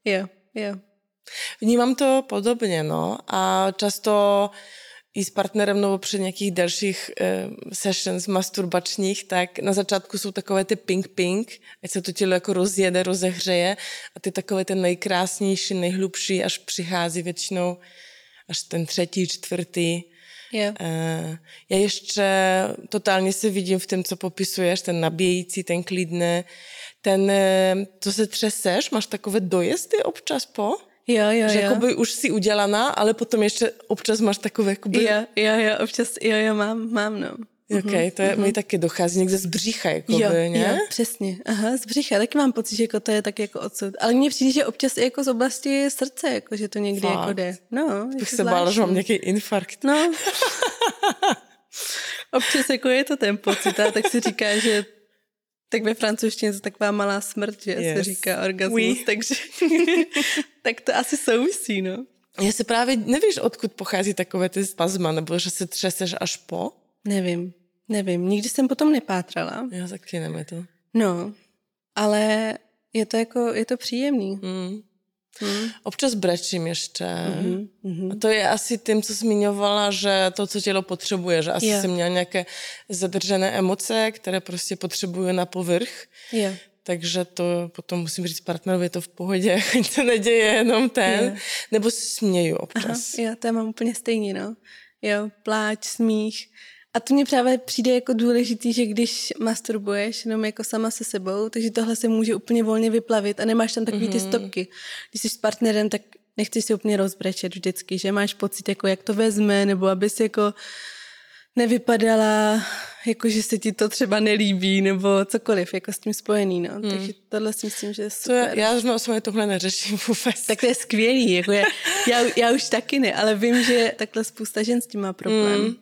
Vnímám to podobně, no. A často i s partnerem nebo při nějakých dalších sessions masturbačních, tak na začátku jsou takové ty ping, ať se to tělo jako rozjede, rozehřeje a ty takové ten nejkrásnější, nejhlubší, až přichází většinou až ten 3., 4. Yeah. Já ještě totálně se vidím v tom, co popisuješ, ten nabíjející, ten klidný, ten, co se třeseš, máš takové dojezdy občas po? Jo. Že jakoby už jsi udělaná, ale potom ještě občas máš takové jakoby... Jo, občas, jo, mám, no. Okay, to je, mi taky dochází někde z břicha, jakoby, ne? Jo, přesně. Aha, z břicha. Taky mám pocit, že jako to je tak jako odsud. Ale mně přijde, že občas i jako z oblasti srdce, jako, že to někdy jako jde. No, bych se bála, že mám nějaký infarkt. No. Občas jako je to ten pocit, a tak si říká, že tak ve francouzštině to taková malá smrt, že se říká orgasmus, takže tak to asi souvisí, no. Já se právě, nevíš, odkud pochází takové ty spazma, nebo že se třeseš až po? Nevím. Nikdy jsem potom nepátrala. Já taky nevím to. No, ale je to příjemný. Občas brečím ještě. A to je asi tím, co zmiňovala, že to, co tělo potřebuje, že asi jsem měla nějaké zadržené emoce, které prostě potřebuju na povrch. Takže to potom musím říct partnerovi, je to v pohodě, ať se neděje jenom ten. Nebo se směju občas. Jo, to mám úplně stejně, no. Jo, pláč, smích. A to mně právě přijde jako důležitý, že když masturbuješ jenom jako sama se sebou, takže tohle se může úplně volně vyplavit a nemáš tam takový ty stopky. Když jsi s partnerem, tak nechceš si úplně rozbrečet vždycky, že máš pocit, jako jak to vezme, nebo abys jako nevypadala, jako že se ti to třeba nelíbí, nebo cokoliv, jako s tím spojený, no. Takže tohle si myslím, že je super. Já zrovna osobně tohle neřeším vůbec. Tak to je skvělý, jako já už taky ne, ale vím, že takhle spousta žen s tím má problém.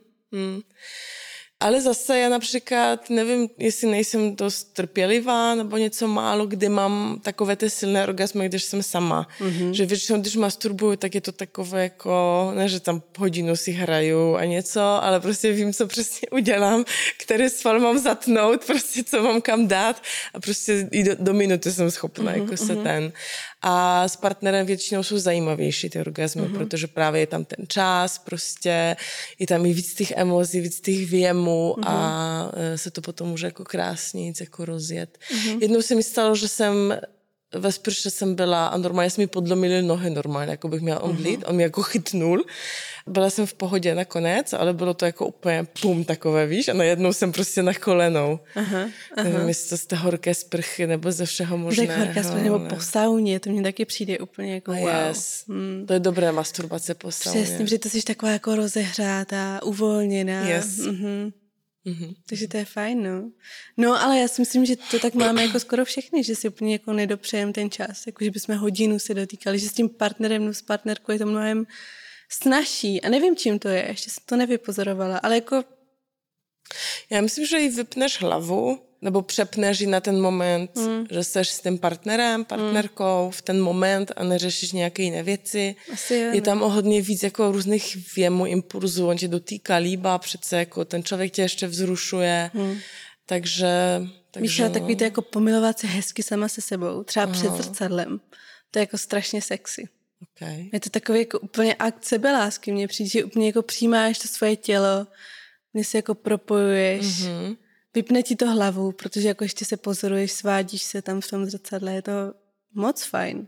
Ale zase já například, nevím, jestli nejsem dost trpělivá nebo něco málo, kdy mám takové ty silné orgasmy, když jsem sama. Že většinou, když masturbuju, tak je to takové jako, ne, že tam hodinu si hraju a něco, ale prostě vím, co přesně udělám, který sval mám zatnout, prostě co mám kam dát a prostě i do minuty jsem schopná jako se ten. A s partnerem většinou jsou zajímavější ty orgasmy, protože právě je tam ten čas, prostě je tam i víc těch emocí, víc těch věmů a se to potom může jako krásně jako rozjet. Jednou se mi stalo, že jsem ve sprše jsem byla a normálně jsme mi podlomili nohy normálně, jako bych měla omdlít, on mě jako chytnul. Byla jsem v pohodě nakonec, ale bylo to jako úplně pum takové, víš, a najednou jsem prostě na kolenou. Nevím, jestli to z té horké sprchy nebo ze všeho možného. Tak horké sprchy nebo po sauně, to mně taky přijde úplně jako wow. Yes. To je dobré masturbace po sauně. Přesně, protože to jsi taková jako rozehřátá, uvolněná. Yes. Takže to je fajn, no. No, ale já si myslím, že to tak máme jako skoro všechny, že si úplně jako nedopřejeme ten čas, jako že bychom hodinu se dotýkali, že s tím partnerem nebo s partnerkou je to mnohem snazší. A nevím, čím to je, ještě jsem to nevypozorovala, ale jako... Já myslím, že jí vypneš hlavu, nebo přepneš ji na ten moment, že seš s tím partnerem, partnerkou v ten moment a neřešíš nějaké jiné věci. Je tam hodně víc jako různých věmů, impulzů, on tě dotýká, líbá, přece jako ten člověk tě ještě vzrušuje, takže Víš, ale takový to jako pomilovat se hezky sama se sebou, třeba před zrcadlem. To je jako strašně sexy. Okay. Je to takový jako úplně akt sebelásky, mně přijde, že úplně jako přijímáš to svoje tělo, mě se jako propojuješ, vypne ti to hlavu, protože jako ještě se pozoruješ, svádíš se tam v tom zrcadle, je to moc fajn.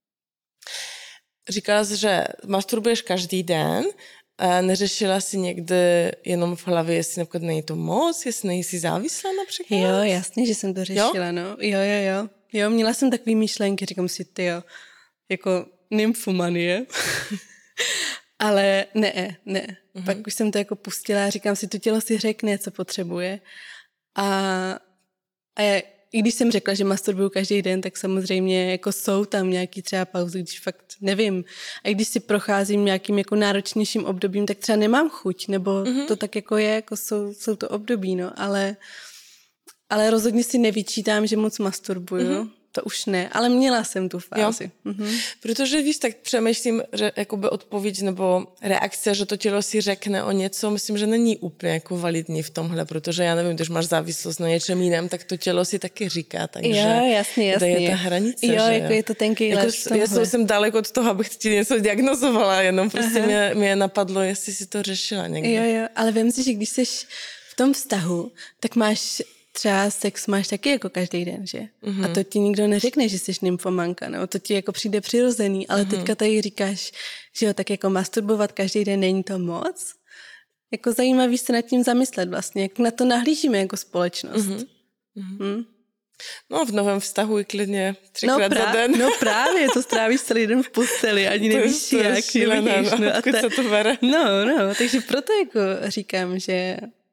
Říkala jsi, že masturbuješ každý den, a neřešila jsi někdy jenom v hlavě, jestli například není to moc, jestli nejsi závislá například? Jo, jasně, že jsem to řešila, no. Jo, měla jsem takový myšlenky, říkám si, tyjo, jako nymfomanie. Ale ne. Pak už jsem to jako pustila a říkám si, to tělo si řekne, co potřebuje. A i když jsem řekla, že masturbuju každý den, tak samozřejmě jako jsou tam nějaký třeba pauzy, když fakt nevím. A když si procházím nějakým jako náročnějším obdobím, tak třeba nemám chuť, nebo to tak jako je, jako jsou to období, no. Ale rozhodně si nevyčítám, že moc masturbuju. To už ne, ale měla jsem tu fázi. Protože víš, tak přemýšlím, že jakoby odpověď nebo reakce, že to tělo si řekne o něco, myslím, že není úplně jako validní v tomhle, protože já nevím, když máš závislost na něčem jiném, tak to tělo si taky říká, takže jo, jasně. kde je ta hranice. Jo, jako je to tenký jako let v tomhle. Já jsem daleko od toho, abych ti něco diagnozovala, jenom prostě mě napadlo, jestli si to řešila někdy. Jo, ale vem si, že když jsi v tom vztahu, tak máš třeba sex máš taky jako každý den, že? A to ti nikdo neřekne, že jsi nymfomanka, nebo to ti jako přijde přirozený, ale teďka tady říkáš, že jo, tak jako masturbovat každý den není to moc. Jako zajímavý se nad tím zamyslet vlastně, jak na to nahlížíme jako společnost. No v novém vztahu i klidně 3krát za den. No právě, to strávíš celý den v posteli, ani nevíš jak. Šílené, odkud se to bere. No, takže proto jako říkám, že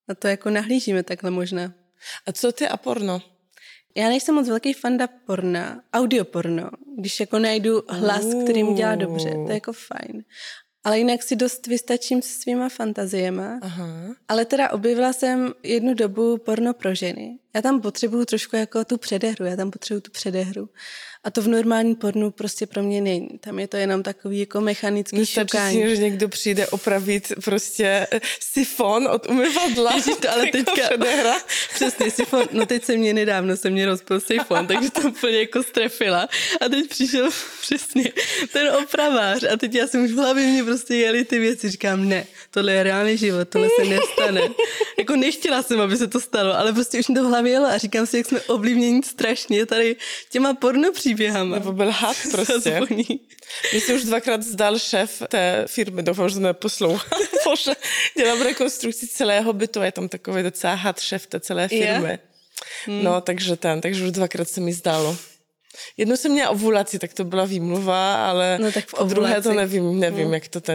Na to jako nahlížíme takhle možná. A co ty a porno? Já nejsem moc velký fanda porna, audioporno, když jako najdu hlas, který mi dělá dobře, to je jako fajn. Ale jinak si dost vystačím se svýma fantaziema. Aha. Ale teda objevila jsem jednu dobu porno pro ženy. Já tam potřebuju trošku jako tu předehru. A to v normálním pornu prostě pro mě není. Tam je to jenom takový jako mechanický šukání. Nestačí, že někdo přijde opravit prostě sifon od umyvadla. Ježiš, to ale teďka... Předehra. Přesně, sifon. No teď nedávno se mě rozpil sifon, takže to úplně jako strefila. A teď přišel přesně ten opravář. A teď já jsem už v hlavě mě prostě jeli ty věci. Říkám, ne, tohle je reálný život, tohle se nestane. Jako nechtěla jsem, aby se to stalo, ale prostě už mi to v hlavě jelo a říkám si, jak jsme ovlivnění strašně tady těma porno příběhama. Nebo byl had prostě. Mně se už 2krát zdal šéf té firmy, doufám, že to neposlouchá. Bože, dělám rekonstrukci celého bytu a je tam takový docela had šéf té celé firmy. No, takže už 2krát se mi zdalo. Jednou jsem měla ovulaci, tak to byla výmluva, ale no, tak v druhé to nevím, jak to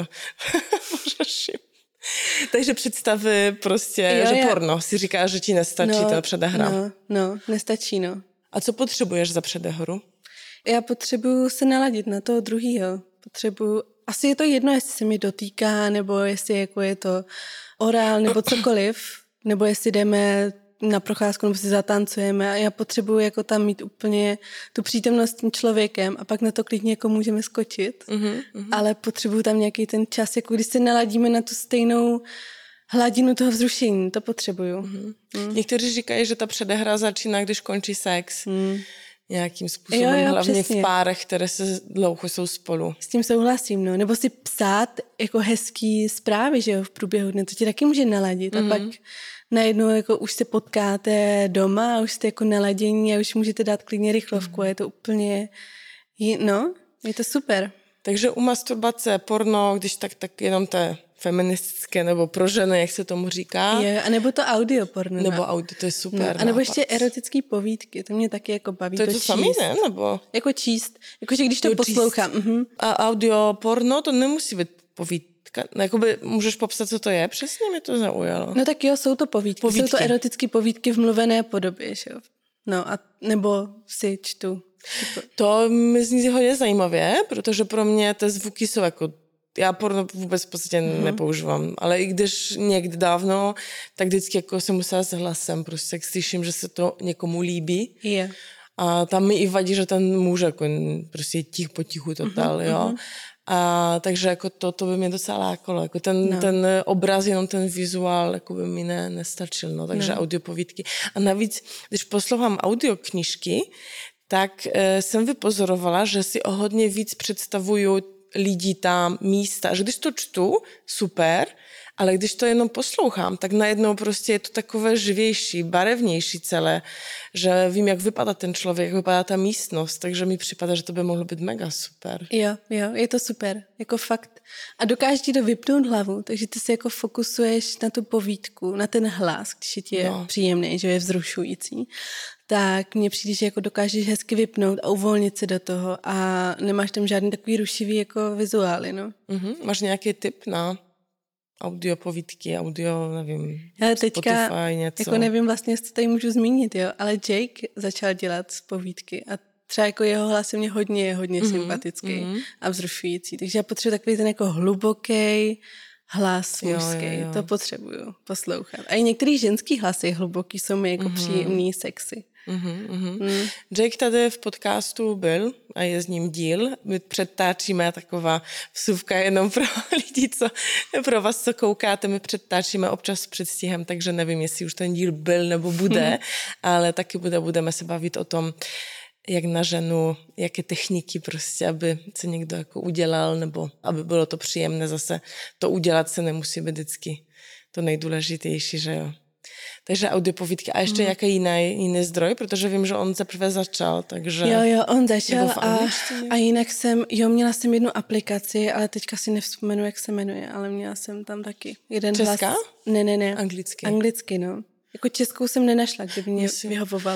pořeším. Takže představy prostě, že porno. Si říkáš, že ti nestačí ta předehra. No, nestačí, no. A co potřebuješ za předehru? Já potřebuju se naladit na toho druhýho. Asi je to jedno, jestli se mi dotýká, nebo jestli jako je to orál, nebo cokoliv, nebo jestli jdeme na procházku, nebo si zatancujeme. A já potřebuju jako tam mít úplně tu přítomnost s tím člověkem a pak na to klidně jako můžeme skočit. Ale potřebuju tam nějaký ten čas, jako když se naladíme na tu stejnou hladinu toho vzrušení, to potřebuju. Někteří říkají, že ta předehra začíná, když končí sex. Nějakým způsobem, hlavně přesně. V párech, které se dlouho jsou spolu. S tím souhlasím, no. Nebo si psát jako hezký zprávy, že jo, v průběhu dne, to ti taky může naladit. A pak najednou jako už se potkáte doma a už jste jako naladění a už můžete dát klidně rychlovku a je to úplně, je to super. Takže u masturbace, porno, když tak jenom té feministické nebo pro ženy, jak se tomu říká. Je, a nebo to audioporno. Nebo audio, to je super. No, a nebo ještě erotický povídky, to mě taky jako baví. To je to samé, ne? Nebo? Jako číst, jakože když to poslouchám. A audioporno, to nemusí být povídka. Jakoby můžeš popsat, co to je? Přesně mě to zaujalo. No tak jo, jsou to povídky. Jsou to erotické povídky v mluvené podobě, že jo. No a nebo si čtu. To mi zní hodně zajímavě, protože pro mě ty zvuky jsou jako já porno vůbec v podstatě nepoužívám, ale i když někdy dávno, tak vždycky jako jsem musela s hlasem, prostě jak slyším, že se to někomu líbí. Yeah. A tam mi i vadí, že ten muž jako prostě potichu totál, jo. A takže jako to by mě docela lákalo. Jako ten obraz, jenom ten vizuál jako by mi nestačil, no. Takže audiopovídky. A navíc, když poslouchám audioknižky, tak jsem vypozorovala, že si o hodně víc představuju lidi tam, místa. A že když to čtu, super, ale když to jenom poslouchám, tak najednou prostě je to takové živější, barevnější celé, že vím, jak vypadá ten člověk, jak vypadá ta místnost, takže mi připadá, že to by mohlo být mega super. Jo, je to super, jako fakt. A dokážeš ti to vypnout hlavu, takže ty se jako fokusuješ na tu povídku, na ten hlas, když je ti příjemný, že je vzrušující, tak mně přijde, že jako dokážeš hezky vypnout a uvolnit se do toho a nemáš tam žádný takový rušivý jako vizuály, no. Máš nějaký tip na audiopovídky, nevím, ale teďka, Spotify, něco? Jako nevím vlastně, co tady můžu zmínit, jo, ale Jake začal dělat povídky a třeba jako jeho hlas je mě hodně sympatický a vzrušující, takže já potřebuji takový ten jako hluboký hlas mužský, to potřebuju poslouchat. A i některý ženský hlasy hluboký jsou mi jako příjemný, sexy. Jake tady v podcastu byl a je s ním díl. My předtáčíme taková vsuvka jenom pro lidi, pro vás, co koukáte, my předtáčíme občas s předstihem, takže nevím, jestli už ten díl byl nebo bude, ale taky budeme se bavit o tom, jak na ženu, jaké techniky prostě, aby se někdo jako udělal, nebo aby bylo to příjemné zase. To udělat se nemusí být vždycky to nejdůležitější, že jo. Takže audiopovídky. A ještě nějaký jiný zdroj, protože vím, že on teprve začal, takže... Jo, on začal a jinak měla jsem jednu aplikaci, ale teďka si nevzpomenu, jak se jmenuje, ale měla jsem tam taky jeden hlas. Česká? Ne. Anglicky. Anglicky, no. Jako českou jsem nenašla, kde by mě vyhovovala.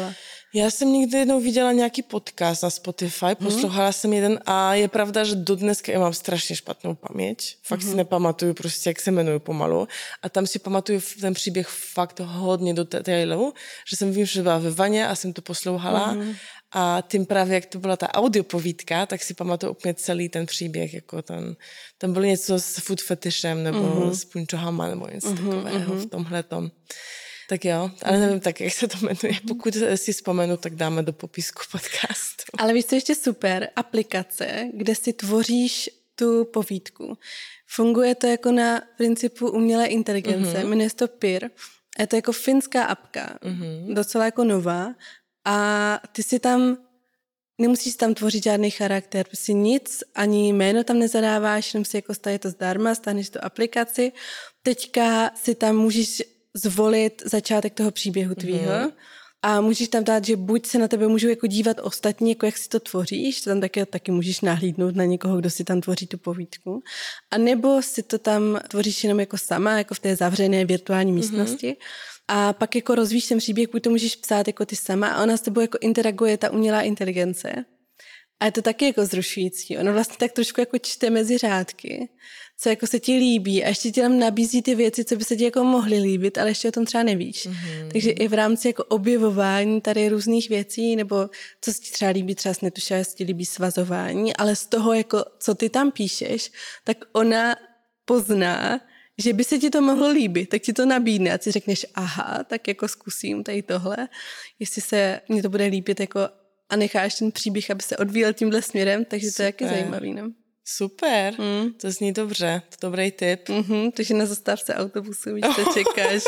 Já jsem někdy jednou viděla nějaký podcast na Spotify, poslouchala jsem jeden a je pravda, že dodneska já mám strašně špatnou paměť. Fakt si nepamatuju prostě, jak se jmenuju pomalu. A tam si pamatuju ten příběh fakt hodně do detailu, že jsem vím, že byla ve vaně a jsem to poslouchala. A tím právě, jak to byla ta audiopovídka, tak si pamatuju úplně celý ten příběh, jako tam bylo něco s food fetišem nebo s punčohama nebo něco takového v tomhletom. Tak jo, ale nevím tak, jak se to jmenuje. Pokud si vzpomenu, tak dáme do popisku podcastu. Ale víš, co ještě super? Aplikace, kde si tvoříš tu povídku. Funguje to jako na principu umělé inteligence. Jmenuje se to PIR. Je to jako finská apka, docela jako nová. A ty si tam, nemusíš tam tvořit žádný charakter, prostě nic, ani jméno tam nezadáváš, jenom si jako je to zdarma, stáhneš tu aplikaci. Teďka si tam můžeš zvolit začátek toho příběhu tvýho a můžeš tam dát, že buď se na tebe můžou jako dívat ostatní, jako jak si to tvoříš, to tam taky můžeš nahlídnout na někoho, kdo si tam tvoří tu povídku, a nebo si to tam tvoříš jenom jako sama, jako v té zavřené virtuální místnosti. A pak jako rozvíjíš ten příběh, buď to můžeš psát jako ty sama a ona s tebou jako interaguje, ta umělá inteligence. A je to taky jako zrušující. Ono vlastně tak trošku jako čte mezi řádky, co jako se ti líbí a ještě ti tam nabízí ty věci, co by se ti jako mohly líbit, ale ještě o tom třeba nevíš. Takže i v rámci jako objevování tady různých věcí, nebo co se ti třeba líbí, třeba jsi netušila, jestli ti líbí svazování, ale z toho, jako, co ty tam píšeš, tak ona pozná, že by se ti to mohlo líbit, tak ti to nabídne a ty řekneš, aha, tak jako zkusím tady tohle, jestli se mně to bude líbit jako a necháš ten příběh, aby se odvíjel tímhle směrem, takže to je taky zajímavý, ne? Super, to zní dobře, to dobrý tip. Takže na zastávce autobusu, víš, to čekáš.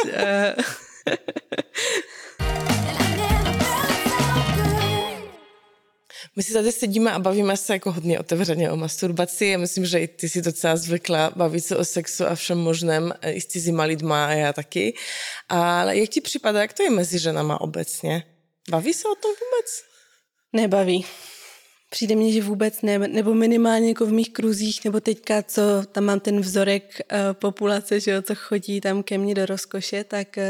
My si tady sedíme a bavíme se jako hodně otevřeně o masturbaci. Já myslím, že i ty si docela zvykla bavit se o sexu a všem možném i s cizíma lidma a já taky. Ale jak ti připadá, jak to je mezi ženama obecně? Baví se o tom vůbec? Nebaví. Přijde mně, že vůbec ne, nebo minimálně jako v mých kruzích, nebo teďka, co tam mám ten vzorek populace, že jo, co chodí tam ke mně do rozkoše, tak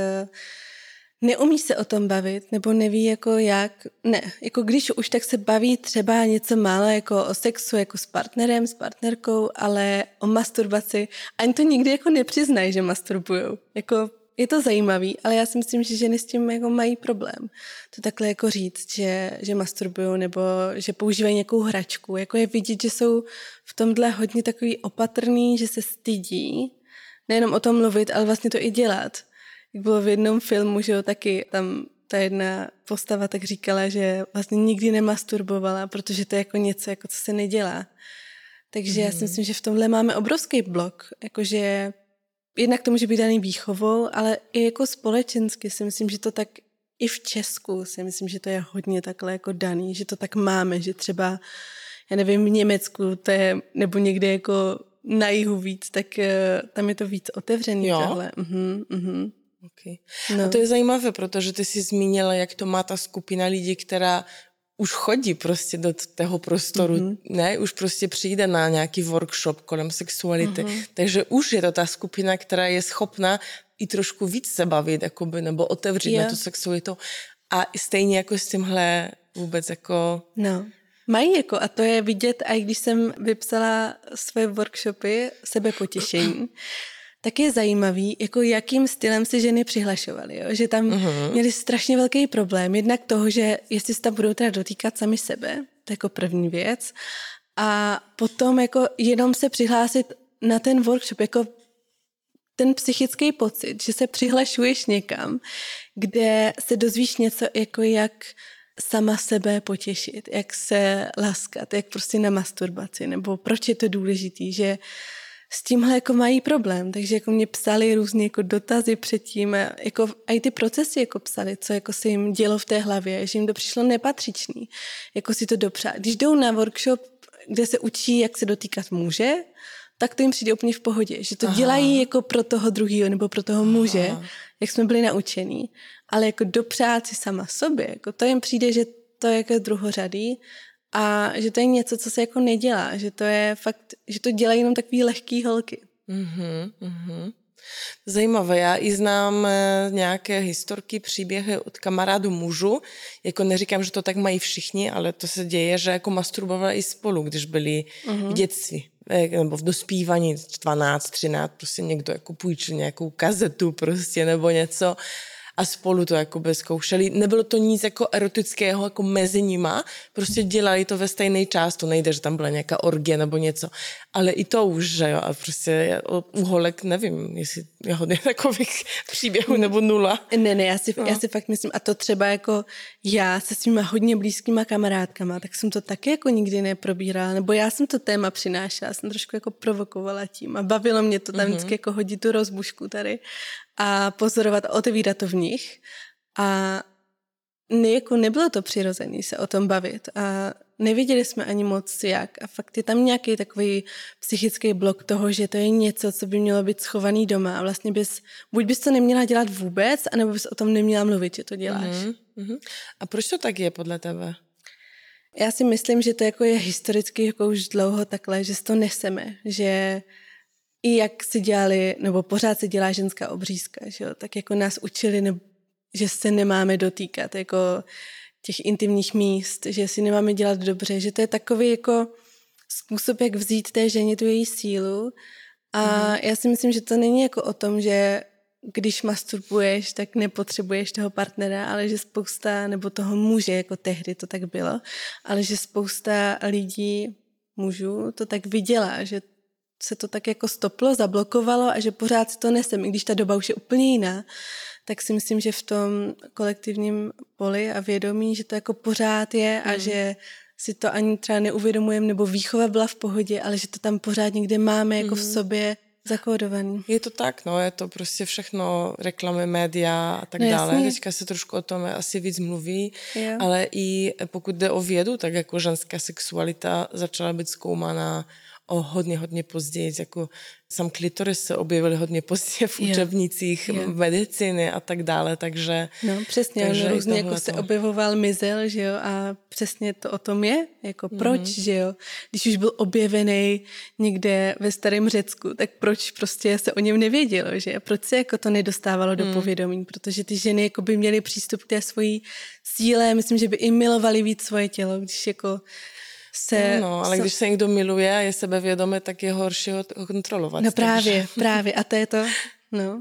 neumí se o tom bavit, nebo neví jako jak, ne, jako když už tak se baví třeba něco málo jako o sexu, jako s partnerem, s partnerkou, ale o masturbaci ani to nikdy jako nepřiznají, že masturbujou, jako je to zajímavý, ale já si myslím, že ženy s tím jako mají problém. To takhle jako říct, že masturbují nebo že používají nějakou hračku. Jako je vidět, že jsou v tomhle hodně takový opatrný, že se stydí nejenom o tom mluvit, ale vlastně to i dělat. Jak bylo v jednom filmu, že jo, taky tam ta jedna postava tak říkala, že vlastně nikdy nemasturbovala, protože to je jako něco, jako co se nedělá. Takže já si myslím, že v tomhle máme obrovský blok, jakože jednak to může být daný výchovou, ale i jako společensky si myslím, že to tak i v Česku si myslím, že to je hodně takhle jako daný, že to tak máme, že třeba, já nevím, v Německu to je, nebo někde jako na jihu víc, tak tam je to víc otevřený. Tahle. Okay. No. A to je zajímavé, protože ty jsi zmínila, jak to má ta skupina lidí, která už chodí prostě do toho prostoru, ne? Už prostě přijde na nějaký workshop kolem sexuality. Takže už je to ta skupina, která je schopna i trošku víc se bavit, jakoby, nebo otevřít na tu sexualitu. A stejně jako s tímhle vůbec jako... No. Mají jako, a to je vidět, a i když jsem vypsala své workshopy sebepotěšení, tak je zajímavý, jako jakým stylem si ženy přihlašovaly, jo? Že tam měli strašně velký problém. Jednak toho, že jestli se tam budou teda dotýkat sami sebe, to je jako první věc. A potom jako jenom se přihlásit na ten workshop, jako ten psychický pocit, že se přihlašuješ někam, kde se dozvíš něco, jako jak sama sebe potěšit, jak se laskat, jak prostě na masturbaci, nebo proč je to důležitý, že s tímhle jako mají problém, takže jako mě psali různé jako dotazy předtím a jako i ty procesy jako psali, co jako se jim dělo v té hlavě, že jim to přišlo nepatřičný, jako si to dopřát. Když jdou na workshop, kde se učí, jak se dotýkat muže, tak to jim přijde úplně v pohodě, že to dělají jako pro toho druhýho nebo pro toho muže, jak jsme byli naučení, ale jako dopřát si sama sobě, jako to jim přijde, že to je jako druhořadý. A že to je něco, co se jako nedělá, že to je fakt, že to dělají jenom takový lehký holky. Zajímavé, já i znám nějaké historky, příběhy od kamarádů mužů, jako neříkám, že to tak mají všichni, ale to se děje, že jako masturbovali i spolu, když byli v dětství, nebo v dospívaní 12, 13, prostě někdo jako půjčil nějakou kazetu prostě nebo něco a spolu to jakoby zkoušeli. Nebylo to nic jako erotického jako mezi nima, prostě dělali to ve stejné části, to nejde, že tam byla nějaká orgie nebo něco, ale i to už, že jo, a prostě u holek nevím, jestli je hodně takových příběhů nebo nula. Ne, já si fakt myslím, a to třeba jako já se svýma hodně blízkýma kamarádkama, tak jsem to taky jako nikdy neprobírala, nebo já jsem to téma přinášela, jsem trošku jako provokovala tím a bavilo mě to tam vždycky jako hodit tu rozbušku tady a pozorovat a otevírat to v nich a jako nebylo to přirozené se o tom bavit a nevěděli jsme ani moc jak a fakt je tam nějaký takový psychický blok toho, že to je něco, co by mělo být schovaný doma a vlastně buď bys to neměla dělat vůbec, anebo bys o tom neměla mluvit, že to děláš. A proč to tak je podle tebe? Já si myslím, že to jako je historicky jako už dlouho takhle, že si to neseme, že i jak si dělali, nebo pořád se dělá ženská obřízka, že jo, tak jako nás učili, že se nemáme dotýkat jako těch intimních míst, že si nemáme dělat dobře, že to je takový jako způsob, jak vzít té ženě tu její sílu a já si myslím, že to není jako o tom, že když masturbuješ, tak nepotřebuješ toho partnera, ale že spousta, nebo toho muže, jako tehdy to tak bylo, ale že spousta lidí, mužů, to tak viděla, že se to tak jako stoplo, zablokovalo a že pořád si to nesem, i když ta doba už je úplně jiná, tak si myslím, že v tom kolektivním poli a vědomí, že to jako pořád je a že si to ani třeba neuvědomujeme, nebo výchova byla v pohodě, ale že to tam pořád někde máme jako v sobě zakódovaný. Je to tak, no, je to prostě všechno reklamy, média a tak no, dále. Jasně. Teďka se trošku o tom asi víc mluví, Jo. ale i pokud jde o vědu, tak jako ženská sexualita začala být zkoumána o hodně později, jako sam klitoris se objevil hodně později v učebnicích medicíny a tak dále, takže... No přesně, různě jako se objevoval myzel, že jo, a přesně to o tom je, jako proč, že jo, když už byl objevený někde ve starém Řecku, tak proč prostě se o něm nevědělo, že jo, proč se jako to nedostávalo do povědomí, protože ty ženy jako by měly přístup k té svojí síle, myslím, že by i milovali víc svoje tělo, když jako ale když se někdo miluje a je sebevědomý, tak je horší ho kontrolovat. No právě. A to je to, no.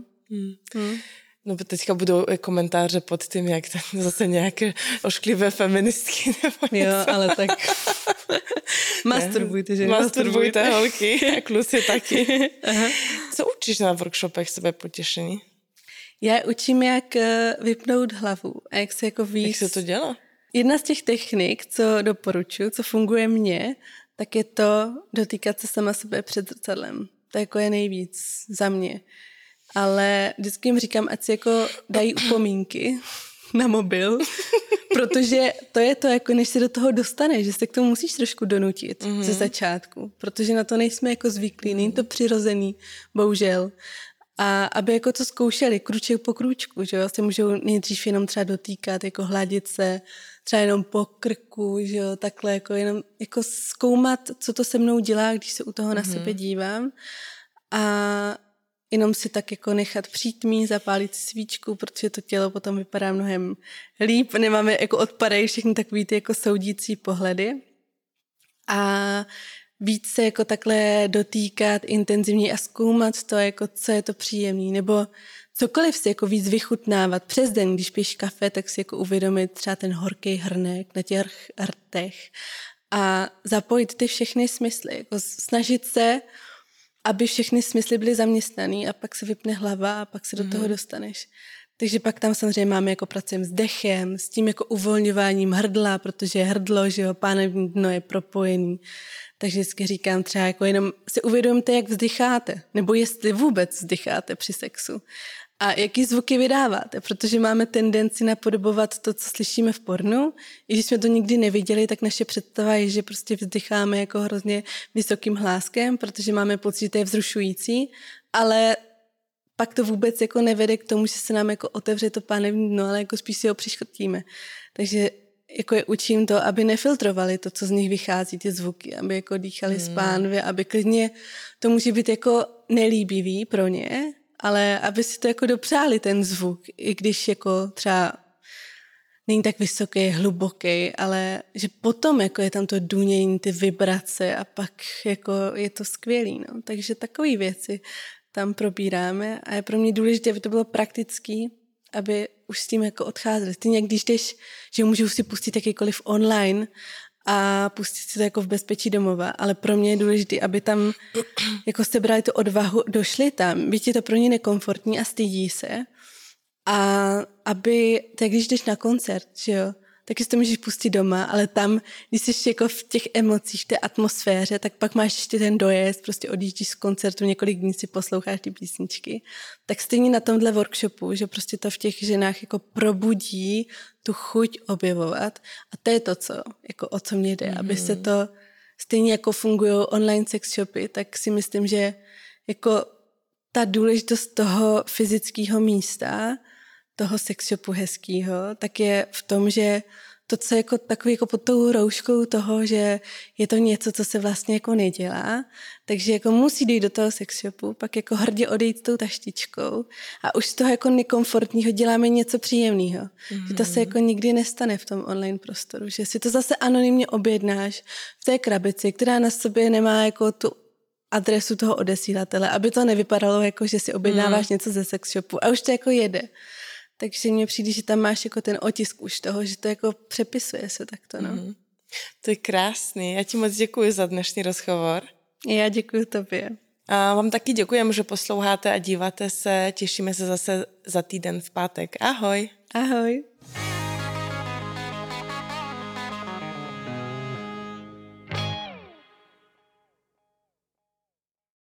No teďka budou komentáře pod tím, jak zase nějaké ošklivé feministky nebo něco. Jo, ale tak masturbujte, že? Masturbujte holky a kluci taky. Co učíš na workshopech sebepotěšení? Já učím, jak vypnout hlavu a jak se jako víc... Jak se to dělá? Jedna z těch technik, co doporučuji, co funguje mně, tak je to dotýkat se sama sebe před zrcadlem. To jako je nejvíc za mě. Ale vždycky jim říkám, ať si jako dají upomínky na mobil, protože to je to, jako než se do toho dostaneš, že se k tomu musíš trošku donutit ze začátku, protože na to nejsme jako zvyklí, není to přirozený, bohužel. A aby jako to zkoušeli krůček po krůčku, že jo, se můžou nejdřív jenom třeba dotýkat, jako hladit se, třeba jenom po krku, že jo, takhle jako jenom jako zkoumat, co to se mnou dělá, když se u toho na sebe dívám a jenom si tak jako nechat přítmí, zapálit si svíčku, protože to tělo potom vypadá mnohem líp, nemáme jako odpadají všechny takový ty jako soudící pohledy a víc se jako takhle dotýkat intenzivně a zkoumat to, jako co je to příjemný, nebo cokoliv si jako víc vychutnávat. Přes den, když piješ kafe, tak si jako uvědomit třeba ten horký hrnek na těch rtech a zapojit ty všechny smysly. Jako snažit se, aby všechny smysly byly zaměstnaný a pak se vypne hlava a pak se do toho dostaneš. Takže pak tam samozřejmě máme jako pracujeme s dechem, s tím jako uvolňováním hrdla, protože hrdlo, že jo, pánevní dno je propojený. Takže vždycky říkám třeba jako jenom si uvědomte, jak vzdycháte, nebo jestli vůbec vzdycháte při sexu a jaký zvuky vydáváte, protože máme tendenci napodobovat to, co slyšíme v pornu. I když jsme to nikdy neviděli, tak naše představa je, že prostě vzdycháme jako hrozně vysokým hláskem, protože máme pocit, že to je vzrušující, ale pak to vůbec jako nevede k tomu, že se nám jako otevře to pánevní dno, ale jako spíš si ho přiškrtíme. Takže jako je učím to, aby nefiltrovali to, co z nich vychází, ty zvuky, aby jako dýchali z pánve, aby klidně to může být jako nelíbivý pro ně, ale aby si to jako dopřáli ten zvuk, i když jako třeba není tak vysoký, hluboký, ale že potom jako je tam to dunění, ty vibrace a pak jako je to skvělý, no. Takže takové věci tam probíráme a je pro mě důležité, aby to bylo praktický, aby už s tím jako odcházeli. Stejně když jdeš, že můžu si pustit jakýkoliv online a pustit si to jako v bezpečí domova, ale pro mě je důležité, aby tam jako jste brali tu odvahu, došli tam, byť je to pro ně nekomfortní a stydí se, a aby, tak když jdeš na koncert, že jo, taky si to můžeš pustit doma, ale tam, když jsi jako v těch emocích, v té atmosféře, tak pak máš ještě ten dojezd, prostě odjíždíš z koncertu, několik dní si posloucháš ty písničky. Tak stejně na tomhle workshopu, že prostě to v těch ženách jako probudí tu chuť objevovat. A to je to, co, jako o co mě jde, aby se to, stejně jako fungují online sex shopy, tak si myslím, že jako ta důležitost toho fyzického místa, toho sex shopu hezkýho, tak je v tom, že to, co je jako takový jako pod tou rouškou toho, že je to něco, co se vlastně jako nedělá, takže jako musí jít do toho sex shopu, pak jako hrdě odejít s tou taštičkou a už z toho jako nekomfortního děláme něco příjemného. Že to se jako nikdy nestane v tom online prostoru, že si to zase anonymně objednáš v té krabici, která na sobě nemá jako tu adresu toho odesílatele, aby to nevypadalo jako, že si objednáváš něco ze sex shopu a už to jako jede. Takže mně přijde, že tam máš jako ten otisk už toho, že to jako přepisuje se takto, no. To je krásný. Já ti moc děkuji za dnešní rozhovor. Já děkuji tobě. A vám taky děkujeme, že posloucháte a díváte se. Těšíme se zase za týden v pátek. Ahoj. Ahoj.